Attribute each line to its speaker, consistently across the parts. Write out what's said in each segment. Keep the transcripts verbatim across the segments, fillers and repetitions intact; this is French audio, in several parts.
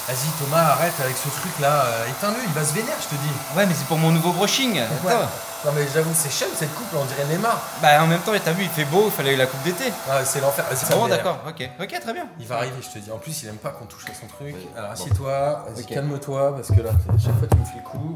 Speaker 1: Vas-y Thomas, arrête avec ce truc là, euh, éteins-le, il va se vénère, je te dis.
Speaker 2: Ouais, mais c'est pour mon nouveau brushing.
Speaker 1: Ouais. Non mais j'avoue, c'est chum cette coupe, on dirait Neymar.
Speaker 2: Bah en même temps, t'as vu, il fait beau, il fallait la coupe d'été.
Speaker 1: Ah, c'est l'enfer. Vas-y,
Speaker 2: C'est bon, d'accord, ok, ok, très bien.
Speaker 1: Il va arriver, je te dis. En plus, il aime pas qu'on touche à son truc. Alors assieds-toi, vas-y, okay. Calme-toi, parce que là, à chaque fois tu me fais le coup.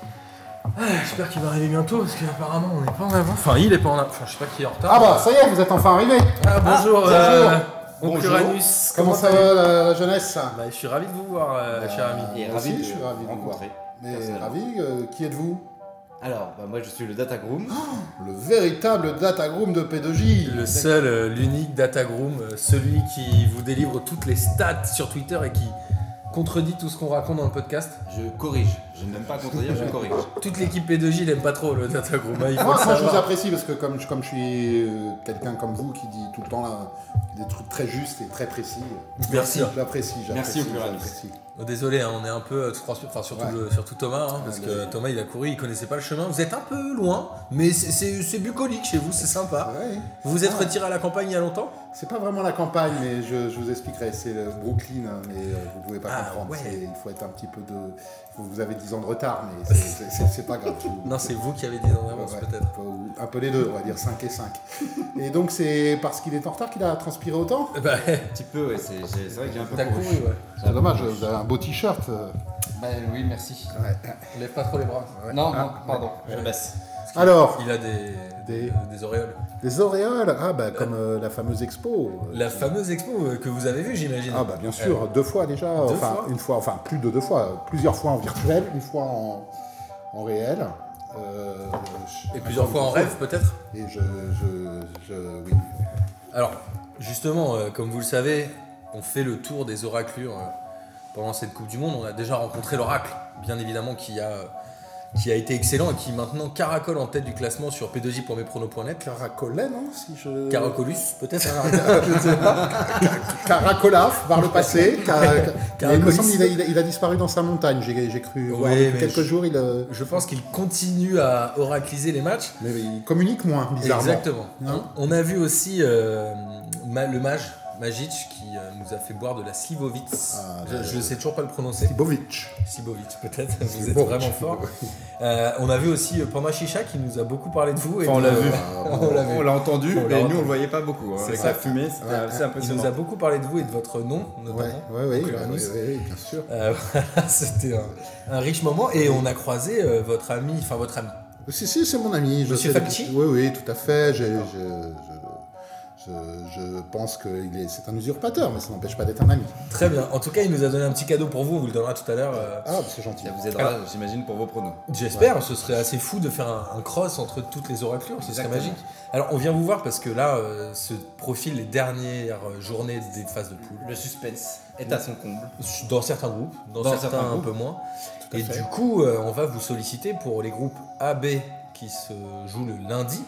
Speaker 1: Ah, j'espère qu'il va arriver bientôt, parce qu'apparemment on n'est pas en avance. Enfin, il est pas en avance. Enfin, je sais pas qui est en retard.
Speaker 3: Ah bah, ça y est, vous êtes enfin arrivé.
Speaker 1: Ah, bonjour.
Speaker 3: Ah,
Speaker 1: euh...
Speaker 3: bonjour.
Speaker 1: Uranus.
Speaker 3: Comment, Comment ça va la, la jeunesse?
Speaker 1: Bah, je suis ravi de vous voir, euh,
Speaker 3: bah,
Speaker 1: cher ami.
Speaker 3: Et ravi, de je suis ravi de vous rencontrer. Mais ravi, euh, qui êtes-vous?
Speaker 4: Alors, bah moi je suis le Datagroom.
Speaker 3: Oh, le véritable Datagroom de P deux J.
Speaker 1: Le seul, euh, l'unique Datagroom, euh, celui qui vous délivre toutes les stats sur Twitter et qui contredit tout ce qu'on raconte dans le podcast.
Speaker 4: Je corrige, je n'aime pas contredire, je corrige.
Speaker 1: Toute l'équipe P deux J n'aime pas trop le Datagroom. Hein, il faut
Speaker 3: moi,
Speaker 1: le
Speaker 3: moi je vous apprécie parce que comme, comme je suis euh, quelqu'un comme vous qui dit tout le temps là, des trucs très justes et très précis.
Speaker 1: Merci.
Speaker 3: J'apprécie, j'apprécie.
Speaker 4: Merci au pluriel.
Speaker 1: Oh, désolé, hein, on est un peu, enfin surtout, ouais. le, surtout Thomas, hein, parce ouais, que ouais. Thomas il a couru, il connaissait pas le chemin. Vous êtes un peu loin, mais c'est bucolique chez vous, c'est sympa. Ouais. Vous vous êtes ah. retiré à la campagne il y a longtemps?
Speaker 3: C'est pas vraiment la campagne, mais je, je vous expliquerai. C'est le Brooklyn, hein, mais euh, vous pouvez pas ah, comprendre. Ouais. Il faut être un petit peu de. Vous avez dix ans de retard, mais c'est pas grave.
Speaker 1: Non, c'est vous qui avez dix ans d'avance ouais, peut-être.
Speaker 3: Un peu les deux, on va dire cinq et cinq. Et donc c'est parce qu'il est en retard qu'il a transpiré autant?
Speaker 1: Bah,
Speaker 4: un petit peu, ouais. C'est vrai que j'ai un peu
Speaker 1: couru. Ouais.
Speaker 3: C'est dommage, vous avez un beau t-shirt.
Speaker 4: Bah oui, merci.
Speaker 1: Ouais. Lève pas trop les bras.
Speaker 4: Ouais. Non, non, pardon, ouais. je baisse.
Speaker 1: Il,
Speaker 3: Alors,
Speaker 1: il a des, des, des auréoles.
Speaker 3: Des auréoles. Ah bah comme euh, la fameuse expo.
Speaker 1: La fameuse expo que vous avez vue, j'imagine.
Speaker 3: Ah bah bien sûr, euh, deux fois déjà.
Speaker 1: Deux
Speaker 3: enfin
Speaker 1: fois
Speaker 3: une fois, enfin plus de deux fois, plusieurs fois en virtuel, une fois en, en réel. Euh,
Speaker 1: Et plusieurs fois en rêve peut-être.
Speaker 3: Et je, je, je, oui.
Speaker 1: Alors justement, euh, comme vous le savez, on fait le tour des oraclures euh, pendant cette Coupe du Monde. On a déjà rencontré l'oracle, bien évidemment, qui a euh, qui a été excellent et qui maintenant caracole en tête du classement sur p deux j point mespronos point net.
Speaker 3: Caracolait, non si je...
Speaker 1: Caracolus, peut-être.
Speaker 3: Je ne sais pas. Caracolaf, par le passé. Car... Il me semble qu'il a, il a, il a disparu dans sa montagne, j'ai cru.
Speaker 1: Oui,
Speaker 3: voir quelques
Speaker 1: je,
Speaker 3: jours, il a...
Speaker 1: Je pense qu'il continue à oracliser les matchs.
Speaker 3: Mais il communique moins, bizarrement.
Speaker 1: Exactement. Hein on a vu aussi euh, le mage, Magic, qui euh, nous a fait boire de la Slivovitz. Ah, je ne sais toujours pas le prononcer.
Speaker 3: Slivovitch.
Speaker 1: Slivovitch, peut-être. Vous êtes vraiment fort. Euh, on a vu aussi euh, Panda Chicha qui nous a beaucoup parlé de vous.
Speaker 4: Enfin, on l'a vu.
Speaker 1: On
Speaker 4: l'a entendu, on mais nous on le voyait pas beaucoup. Hein. Avec la fumée, c'était ouais, assez impressionnant.
Speaker 1: Il nous a beaucoup parlé de vous et de votre nom, notamment.
Speaker 3: Oui, ouais, ouais, ouais, ouais, bien sûr.
Speaker 1: Euh, c'était un, un riche moment et on a croisé euh, votre ami, enfin votre ami.
Speaker 3: Si, si, c'est mon ami.
Speaker 1: Monsieur Falchi ?
Speaker 3: Oui, oui, tout à fait. Je, je, je... Je, je pense que c'est un usurpateur, mais ça n'empêche pas d'être un ami.
Speaker 1: Très bien. En tout cas, il nous a donné un petit cadeau pour vous. On vous le donnera tout à l'heure. Euh...
Speaker 3: Ah, c'est gentil.
Speaker 4: Ça vous aidera, j'imagine, pour vos pronos.
Speaker 1: J'espère. Ouais. Ce serait assez fou de faire un, un cross entre toutes les oraclures. Ce serait magique. Alors, on vient vous voir parce que là, euh, se profilent les dernières journées des phases de poule.
Speaker 4: Le suspense est à son comble.
Speaker 1: Dans certains groupes, dans, dans certains, certains groupes. Un peu moins. Et fait. Du coup, euh, on va vous solliciter pour les groupes A B qui se jouent le lundi.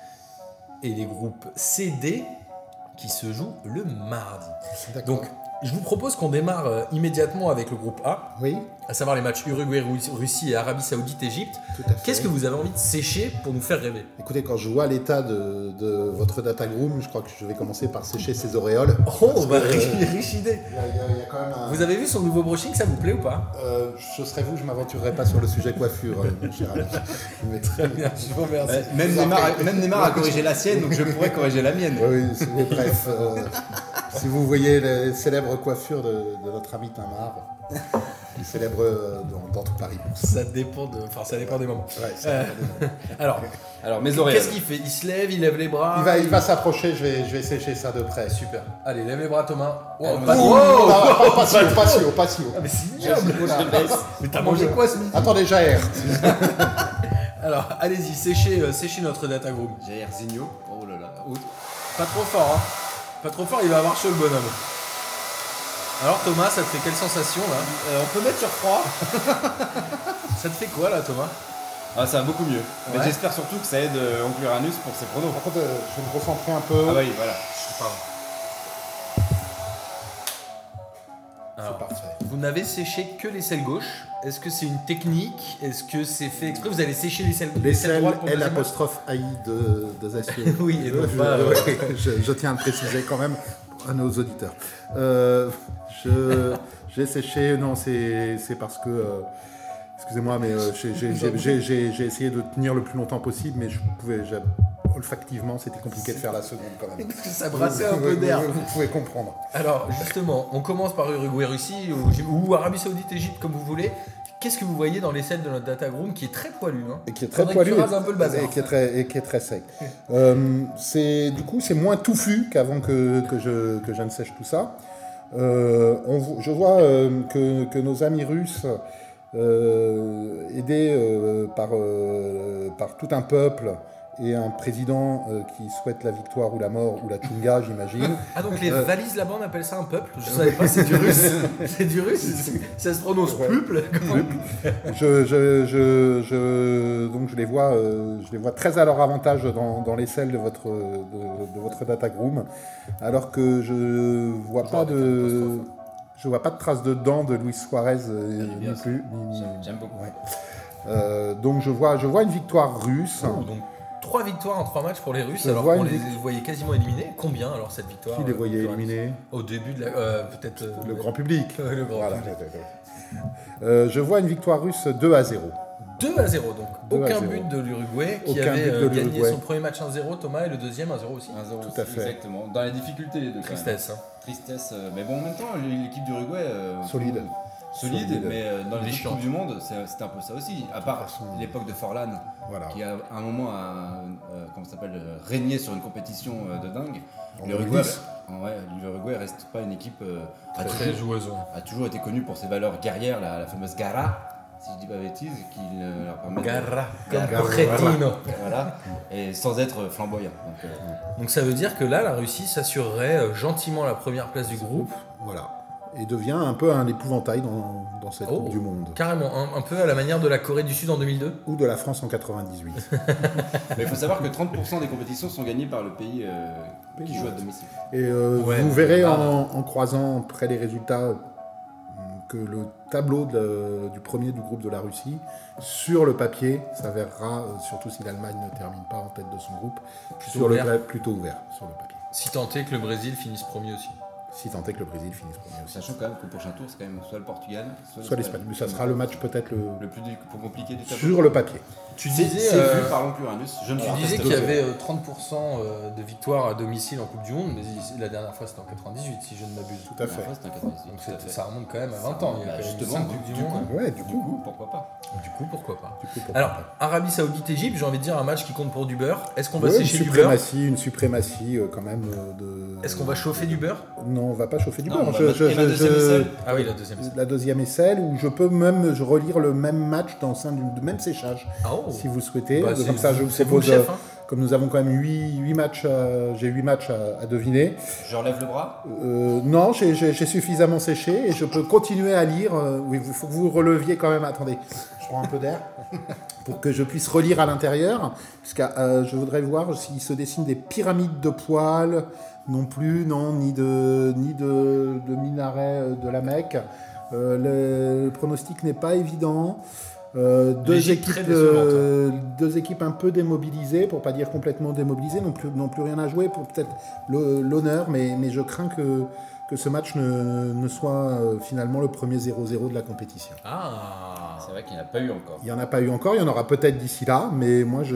Speaker 1: Et les groupes C D qui se jouent le mardi. Donc, je vous propose qu'on démarre euh, immédiatement avec le groupe A,
Speaker 3: oui.
Speaker 1: à savoir les matchs Uruguay, Russie et Arabie Saoudite, Égypte. Qu'est-ce que vous avez envie de sécher pour nous faire rêver?
Speaker 3: Écoutez, quand je vois l'état de, de votre Datagroom, je crois que je vais commencer par sécher ses auréoles.
Speaker 1: Oh, bah, riche, euh, riche idée.
Speaker 3: Y a, y a, y a quand même un...
Speaker 1: Vous avez vu son nouveau brushing, ça vous plaît ou pas?
Speaker 3: euh, Ce serait vous, je ne m'aventurerai pas sur le sujet coiffure, mon cher ami.
Speaker 1: Mais très bien, je vous remercie.
Speaker 4: Ouais, même, Neymar a, même Neymar a corrigé la sienne, donc je pourrais corriger la mienne.
Speaker 3: Oui, oui, bref. Euh, si vous voyez les célèbres coiffures de, de notre ami Tamar, il célèbre dans, dans tout Paris.
Speaker 1: Ça dépend de, enfin ça dépend des moments.
Speaker 3: Ouais, ça
Speaker 1: euh,
Speaker 3: dépend des moments.
Speaker 1: Alors,
Speaker 4: alors mes oreilles.
Speaker 1: Qu'est-ce qu'il fait? Il se lève, il lève les bras.
Speaker 3: Il va, il va s'approcher. Je vais, je vais sécher ça de près.
Speaker 1: Super. Allez, lève les bras, Thomas.
Speaker 3: Oh, oh, pas, oh, oh, pas, pas, patio, patio, patio.
Speaker 1: Ah mais c'est ignoble. Mais t'as mangé quoi ce midi?
Speaker 3: Attendez, Jair.
Speaker 1: Alors, allez-y, séchez, euh, séchez notre Datagroom.
Speaker 4: Jair Zigno. Oh là là. Outre.
Speaker 1: Pas trop fort, hein. Pas trop fort, il va avoir chaud le bonhomme. Alors Thomas, ça te fait quelle sensation là?
Speaker 4: euh, On peut mettre sur froid.
Speaker 1: Ça te fait quoi là, Thomas?
Speaker 4: Ah, ça va beaucoup mieux. Ouais. Mais j'espère surtout que ça aide euh, Oncle Uranus pour ses pronos.
Speaker 3: Par contre, euh, je vais me concentrer un peu.
Speaker 4: Ah bah oui, voilà.
Speaker 1: Pardon. Alors, c'est parfait. Vous n'avez séché que les selles gauches. Est-ce que c'est une technique? Est-ce que c'est fait exprès? Vous allez sécher les selles
Speaker 3: les, les selles droites pour L apostrophe A I de, de Zacier.
Speaker 1: Oui, et donc
Speaker 3: je,
Speaker 1: bah,
Speaker 3: ouais.
Speaker 1: ouais.
Speaker 3: je, je tiens à le préciser quand même. à nos auditeurs. Euh, je, j'ai séché, non, c'est, c'est parce que, euh, excusez-moi, mais euh, j'ai, j'ai, j'ai, j'ai, j'ai, j'ai essayé de tenir le plus longtemps possible, mais je pouvais, j'ai, olfactivement, c'était compliqué de faire la seconde quand même.
Speaker 1: Parce que ça brassait un peu d'air.
Speaker 3: Vous, vous, vous pouvez comprendre.
Speaker 1: Alors, justement, on commence par Uruguay-Russie ou, ou Arabie Saoudite-Égypte, comme vous voulez. Qu'est-ce que vous voyez dans l'aisselle de notre data room qui est très poilu, hein,
Speaker 3: et qui est très
Speaker 1: Faudrait
Speaker 3: poilu
Speaker 1: que tu rases un peu le bazar.
Speaker 3: et qui est très et qui est très sec. euh, c'est du coup c'est moins touffu qu'avant que, que je que je ne sèche tout ça. Euh, on, je vois euh, que, que nos amis russes, euh, aidés euh, par euh, par tout un peuple et un président euh, qui souhaite la victoire ou la mort ou la tchunga, j'imagine.
Speaker 1: Ah, donc les
Speaker 3: Euh,
Speaker 1: valises là-bas, on appelle ça un peuple? Je savais pas, c'est du russe. C'est du russe, ça se prononce
Speaker 3: Ouais.
Speaker 1: peuple.
Speaker 3: je, je, je, je, donc je les vois, euh, je les vois très à leur avantage dans, dans l'aisselle de votre, de, de votre data room, alors que je vois pas de, je vois pas de traces de dents de Luis Suarez euh,
Speaker 4: bien
Speaker 3: non
Speaker 4: ça.
Speaker 3: plus. ni-
Speaker 4: J'aime, j'aime beaucoup.
Speaker 3: Ouais. Euh, donc je vois, je vois une victoire russe.
Speaker 1: Oh, donc trois victoires en trois matchs pour les Russes,
Speaker 3: Je
Speaker 1: alors
Speaker 3: vois
Speaker 1: qu'on
Speaker 3: une
Speaker 1: les
Speaker 3: vic-
Speaker 1: voyait quasiment éliminés. Combien alors cette victoire?
Speaker 3: Qui les
Speaker 1: euh,
Speaker 3: voyait
Speaker 1: victoire
Speaker 3: éliminés?
Speaker 1: russe Au début de la. euh, peut-être. euh,
Speaker 3: Le grand public.
Speaker 1: Ouais, le grand
Speaker 3: Voilà.
Speaker 1: public.
Speaker 3: Euh, je vois une victoire russe deux à zéro.
Speaker 1: deux à zéro donc.
Speaker 3: deux à
Speaker 1: Aucun
Speaker 3: zéro.
Speaker 1: but de l'Uruguay qui
Speaker 3: Aucun
Speaker 1: avait
Speaker 3: but de
Speaker 1: euh, gagné
Speaker 3: l'Uruguay.
Speaker 1: son premier match un zéro, Thomas, et le deuxième un zéro aussi.
Speaker 4: un zéro
Speaker 3: Tout à fait.
Speaker 4: Exactement. Dans les difficultés, les deux. quand même.
Speaker 1: Tristesse. hein.
Speaker 4: Tristesse. euh, Mais bon, en même temps, l'équipe d'Uruguay. euh,
Speaker 3: Solide.
Speaker 4: Solide,
Speaker 3: Solide.
Speaker 4: mais euh, dans les
Speaker 1: Déchirant.
Speaker 4: autres Coupes du Monde, c'est- c'était un peu ça aussi. À part
Speaker 3: façon-
Speaker 4: l'époque de Forlan,
Speaker 3: Voilà.
Speaker 4: qui a à un moment a, euh, comment ça s'appelle, euh, régné sur une compétition euh, de dingue.
Speaker 3: En
Speaker 4: L'Uruguay,
Speaker 3: deux mille dix.
Speaker 4: ouais, l'Uruguay reste pas une équipe. euh, a,
Speaker 1: Très
Speaker 4: toujours,
Speaker 1: joueuse. ouais.
Speaker 4: a toujours été connue pour ses valeurs guerrières, la, la fameuse Garra, si je dis pas bêtise, qui euh, leur permet de-
Speaker 1: Garra.
Speaker 4: Garra,
Speaker 1: Comme Cretino.
Speaker 4: voilà, et sans être flamboyant. Donc, euh,
Speaker 1: Donc ça veut dire que là, la Russie s'assurerait euh, gentiment la première place du groupe.
Speaker 3: Voilà. Et devient un peu un épouvantail dans, dans cette
Speaker 1: Oh.
Speaker 3: Coupe du Monde.
Speaker 1: Carrément, un, un peu à la manière de la Corée du Sud en deux mille deux.
Speaker 3: Ou de la France en quatre-vingt-dix-huit.
Speaker 4: mais il faut savoir que trente pour cent des compétitions sont gagnées par le pays euh, qui joue à domicile.
Speaker 3: Et euh,
Speaker 1: Ouais,
Speaker 3: vous
Speaker 1: mais
Speaker 3: verrez
Speaker 1: là-
Speaker 3: en, en croisant près les résultats euh, que le tableau de- du premier du groupe de la Russie, sur le papier, s'avérera, euh, surtout si l'Allemagne ne termine pas en tête de son groupe,
Speaker 1: Plutôt
Speaker 3: sur le,
Speaker 1: ouvert.
Speaker 3: pla- plutôt ouvert sur le papier.
Speaker 1: Si tant est que le Brésil finisse premier aussi.
Speaker 3: Si tant est que le Brésil finisse premier aussi.
Speaker 4: Sachant quand même qu'au prochain tour, c'est quand même soit le Portugal, soit,
Speaker 3: Soit l'Espagne. Mais ça sera le match peut-être le,
Speaker 4: le plus du- plus compliqué du tableau.
Speaker 3: sur le papier.
Speaker 1: Tu
Speaker 4: C'est
Speaker 1: disais,
Speaker 4: c'est
Speaker 1: euh,
Speaker 4: vu par l'Uranus. Je ne
Speaker 1: tu
Speaker 4: suis
Speaker 1: disais
Speaker 4: pas
Speaker 1: qu'il y
Speaker 4: testé.
Speaker 1: avait euh, trente pour cent euh, de victoires à domicile en Coupe du Monde, mais ici, la dernière fois c'était en quatre-vingt-dix-huit si je ne m'abuse.
Speaker 3: Tout à fait.
Speaker 4: Ouais, c'était un quatre-vingt-dix,
Speaker 1: Donc
Speaker 4: tout à
Speaker 1: c'est-
Speaker 4: fait.
Speaker 1: ça remonte quand même à vingt ans. Il y a
Speaker 4: Bah,
Speaker 1: quand même
Speaker 4: justement,
Speaker 1: cinq Coupes du
Speaker 4: du
Speaker 1: Monde.
Speaker 4: coup.
Speaker 3: Ouais, du
Speaker 4: Du
Speaker 3: coup.
Speaker 4: coup, pourquoi pas.
Speaker 1: Du coup, pourquoi pas.
Speaker 3: Du coup, pourquoi
Speaker 1: Alors,
Speaker 3: pas.
Speaker 1: Arabie Saoudite-Égypte, j'ai envie de dire un match qui compte pour du beurre. Est-ce qu'on va
Speaker 3: Ouais, une
Speaker 1: sécher du beurre?
Speaker 3: suprématie, une suprématie euh, quand même euh, de.
Speaker 1: Est-ce qu'on va chauffer du beurre?
Speaker 3: Non, on va pas chauffer du
Speaker 4: Non,
Speaker 3: beurre.
Speaker 4: on va
Speaker 3: Je-
Speaker 4: mettre
Speaker 3: je-
Speaker 4: la
Speaker 3: je-
Speaker 4: deuxième
Speaker 3: je-
Speaker 4: aisselle.
Speaker 1: Ah oui, la deuxième.
Speaker 3: La deuxième aisselle, où je peux même je relire le même match dans le sein du du même séchage,
Speaker 1: Ah oh.
Speaker 3: si vous souhaitez.
Speaker 1: Bah,
Speaker 3: Comme
Speaker 1: c'est-
Speaker 3: ça, je vous
Speaker 1: c'est vous le
Speaker 3: propose,
Speaker 1: chef,
Speaker 3: euh,
Speaker 1: hein.
Speaker 3: comme nous avons quand même huit matchs, à- j'ai huit matchs à, à deviner.
Speaker 4: Je relève le bras.
Speaker 3: Euh, non, j'ai- j'ai j'ai suffisamment séché et je peux continuer à lire. Euh, oui, il faut que vous releviez quand même. Attendez, je prends un peu d'air pour que je puisse relire à l'intérieur, puisque euh, je voudrais voir s'il se dessine des pyramides de poils. Non plus, non, ni de ni de, de minaret euh, de la Mecque. Euh, le, le pronostic n'est pas évident. Euh, deux,
Speaker 1: L'Égypte, très
Speaker 3: équipes,
Speaker 1: décevante,
Speaker 3: euh, deux équipes un peu démobilisées, pour pas dire complètement démobilisées, non plus, non plus rien à jouer pour peut-être le- l'honneur, mais, mais je crains que, que ce match ne, ne soit euh, finalement le premier zéro zéro de la compétition.
Speaker 1: Ah.
Speaker 4: C'est vrai qu'il n'y en a pas eu encore.
Speaker 3: Il n'y en a pas eu encore, il y en aura peut-être d'ici là, mais moi